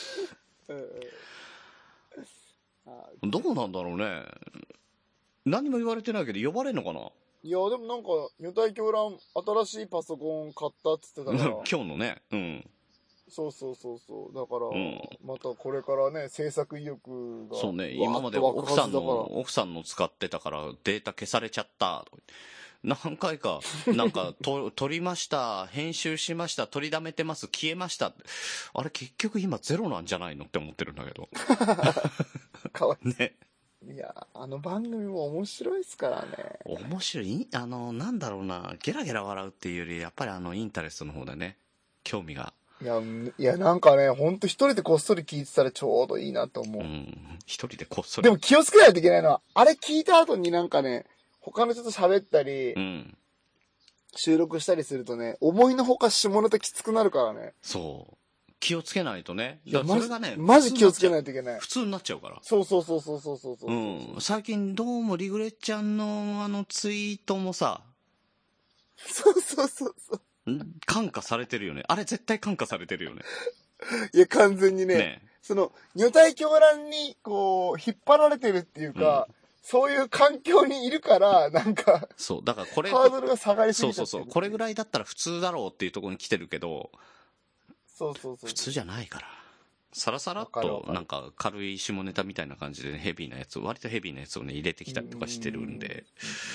どうなんだろうね。何も言われてないけど呼ばれんのかな。 いや、でもなんか、女体狂乱、新しいパソコン買ったっつってたから。 今日のね。 そう。だから、またこれからね、制作意欲が。 そうね、今まで奥さんの使ってたからデータ消されちゃった。何回か、なんか、撮りました、編集しました、撮りだめてます、消えました。あれ結局今ゼロなんじゃないのって思ってるんだけど。 かわいい。 ね。 いや、 の番組も面白いですからね。 面白い。なんだろうな、ゲラゲラ笑うっていうより、やっぱりインタレストの方だね。興味が。 いや、なんかね、ほんと一人でこっそり聞いてたらちょうどいいなと思う。 一人でこっそり。 でも気をつけないといけないのは、あれ聞いた後になんかね、他の人と喋ったり、収録したりするとね、思いのほか下ネタきつくなるからね。 そう。気をつけないとね。いや、それがね、 マジ気をつけないといけない。 普通になっちゃうから。 そう。 最近どうもリグレちゃんのツイートもさ、 そう。 感化されてるよね。あれ絶対感化されてるよね。 いや、完全にね、女体狂乱にこう、引っ張られてるっていうか、そういう環境にいるから、なんか、 そう、だからこれ、 ハードルが下がりすぎちゃって。 そう。これぐらいだったら普通だろうっていうところに来てるけど、 そう。 普通じゃないから。さらさらっと、なんか軽い下ネタみたいな感じで、ヘビーなやつ、割とヘビーなやつをね、入れてきたりとかしてるんで、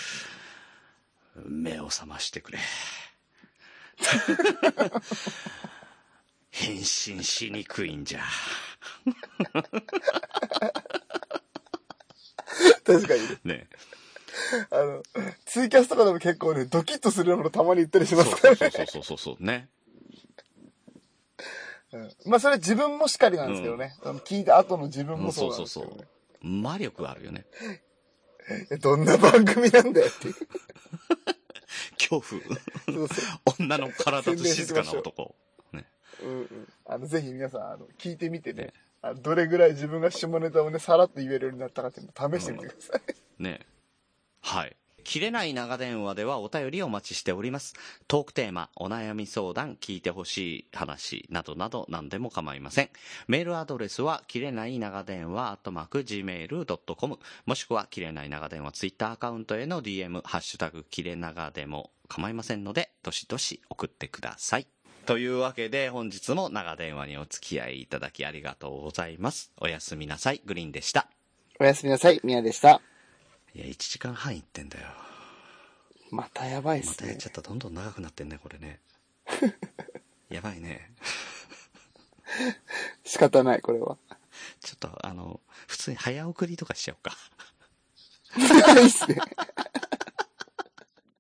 目を覚ましてくれ。変身しにくいんじゃ。 確かにね。 ツイキャスとかでも結構ね、ドキッとするようなことたまに言ったりしますからね。 そうね。 まあそれは自分もしかりなんですけどね。聞いた後の自分もそうなんですけどね。 そう。魔力あるよね。 どんな番組なんだよっていう。 恐怖。女の体と静かな男。ね。 ぜひ皆さん、聞いてみてね。どれぐらい自分が下ネタをね、さらっと言えるようになったかっていうのを試してみてください。 ね。はい。切れない長電話ではお便りをお待ちしております。トークテーマ、お悩み相談、聞いてほしい話などなど何でも構いません。メールアドレスは、切れない長電話@gmail.com もしくは、切れない長電話ツイッターアカウントへの DM、ハッシュタグ、切れ長でも構いませんので、どしどし送ってください。というわけで、本日も長電話にお付き合いいただきありがとうございます。おやすみなさい。グリーンでした。 おやすみなさい。ミヤでした。 いや、1時間半いってんだよ。 またやばいっすね。 またやっちゃった。どんどん長くなってんね、これね。やばいね。 仕方ない、これは。 ちょっと、普通に早送りとかしちゃおうか。 いいっすね。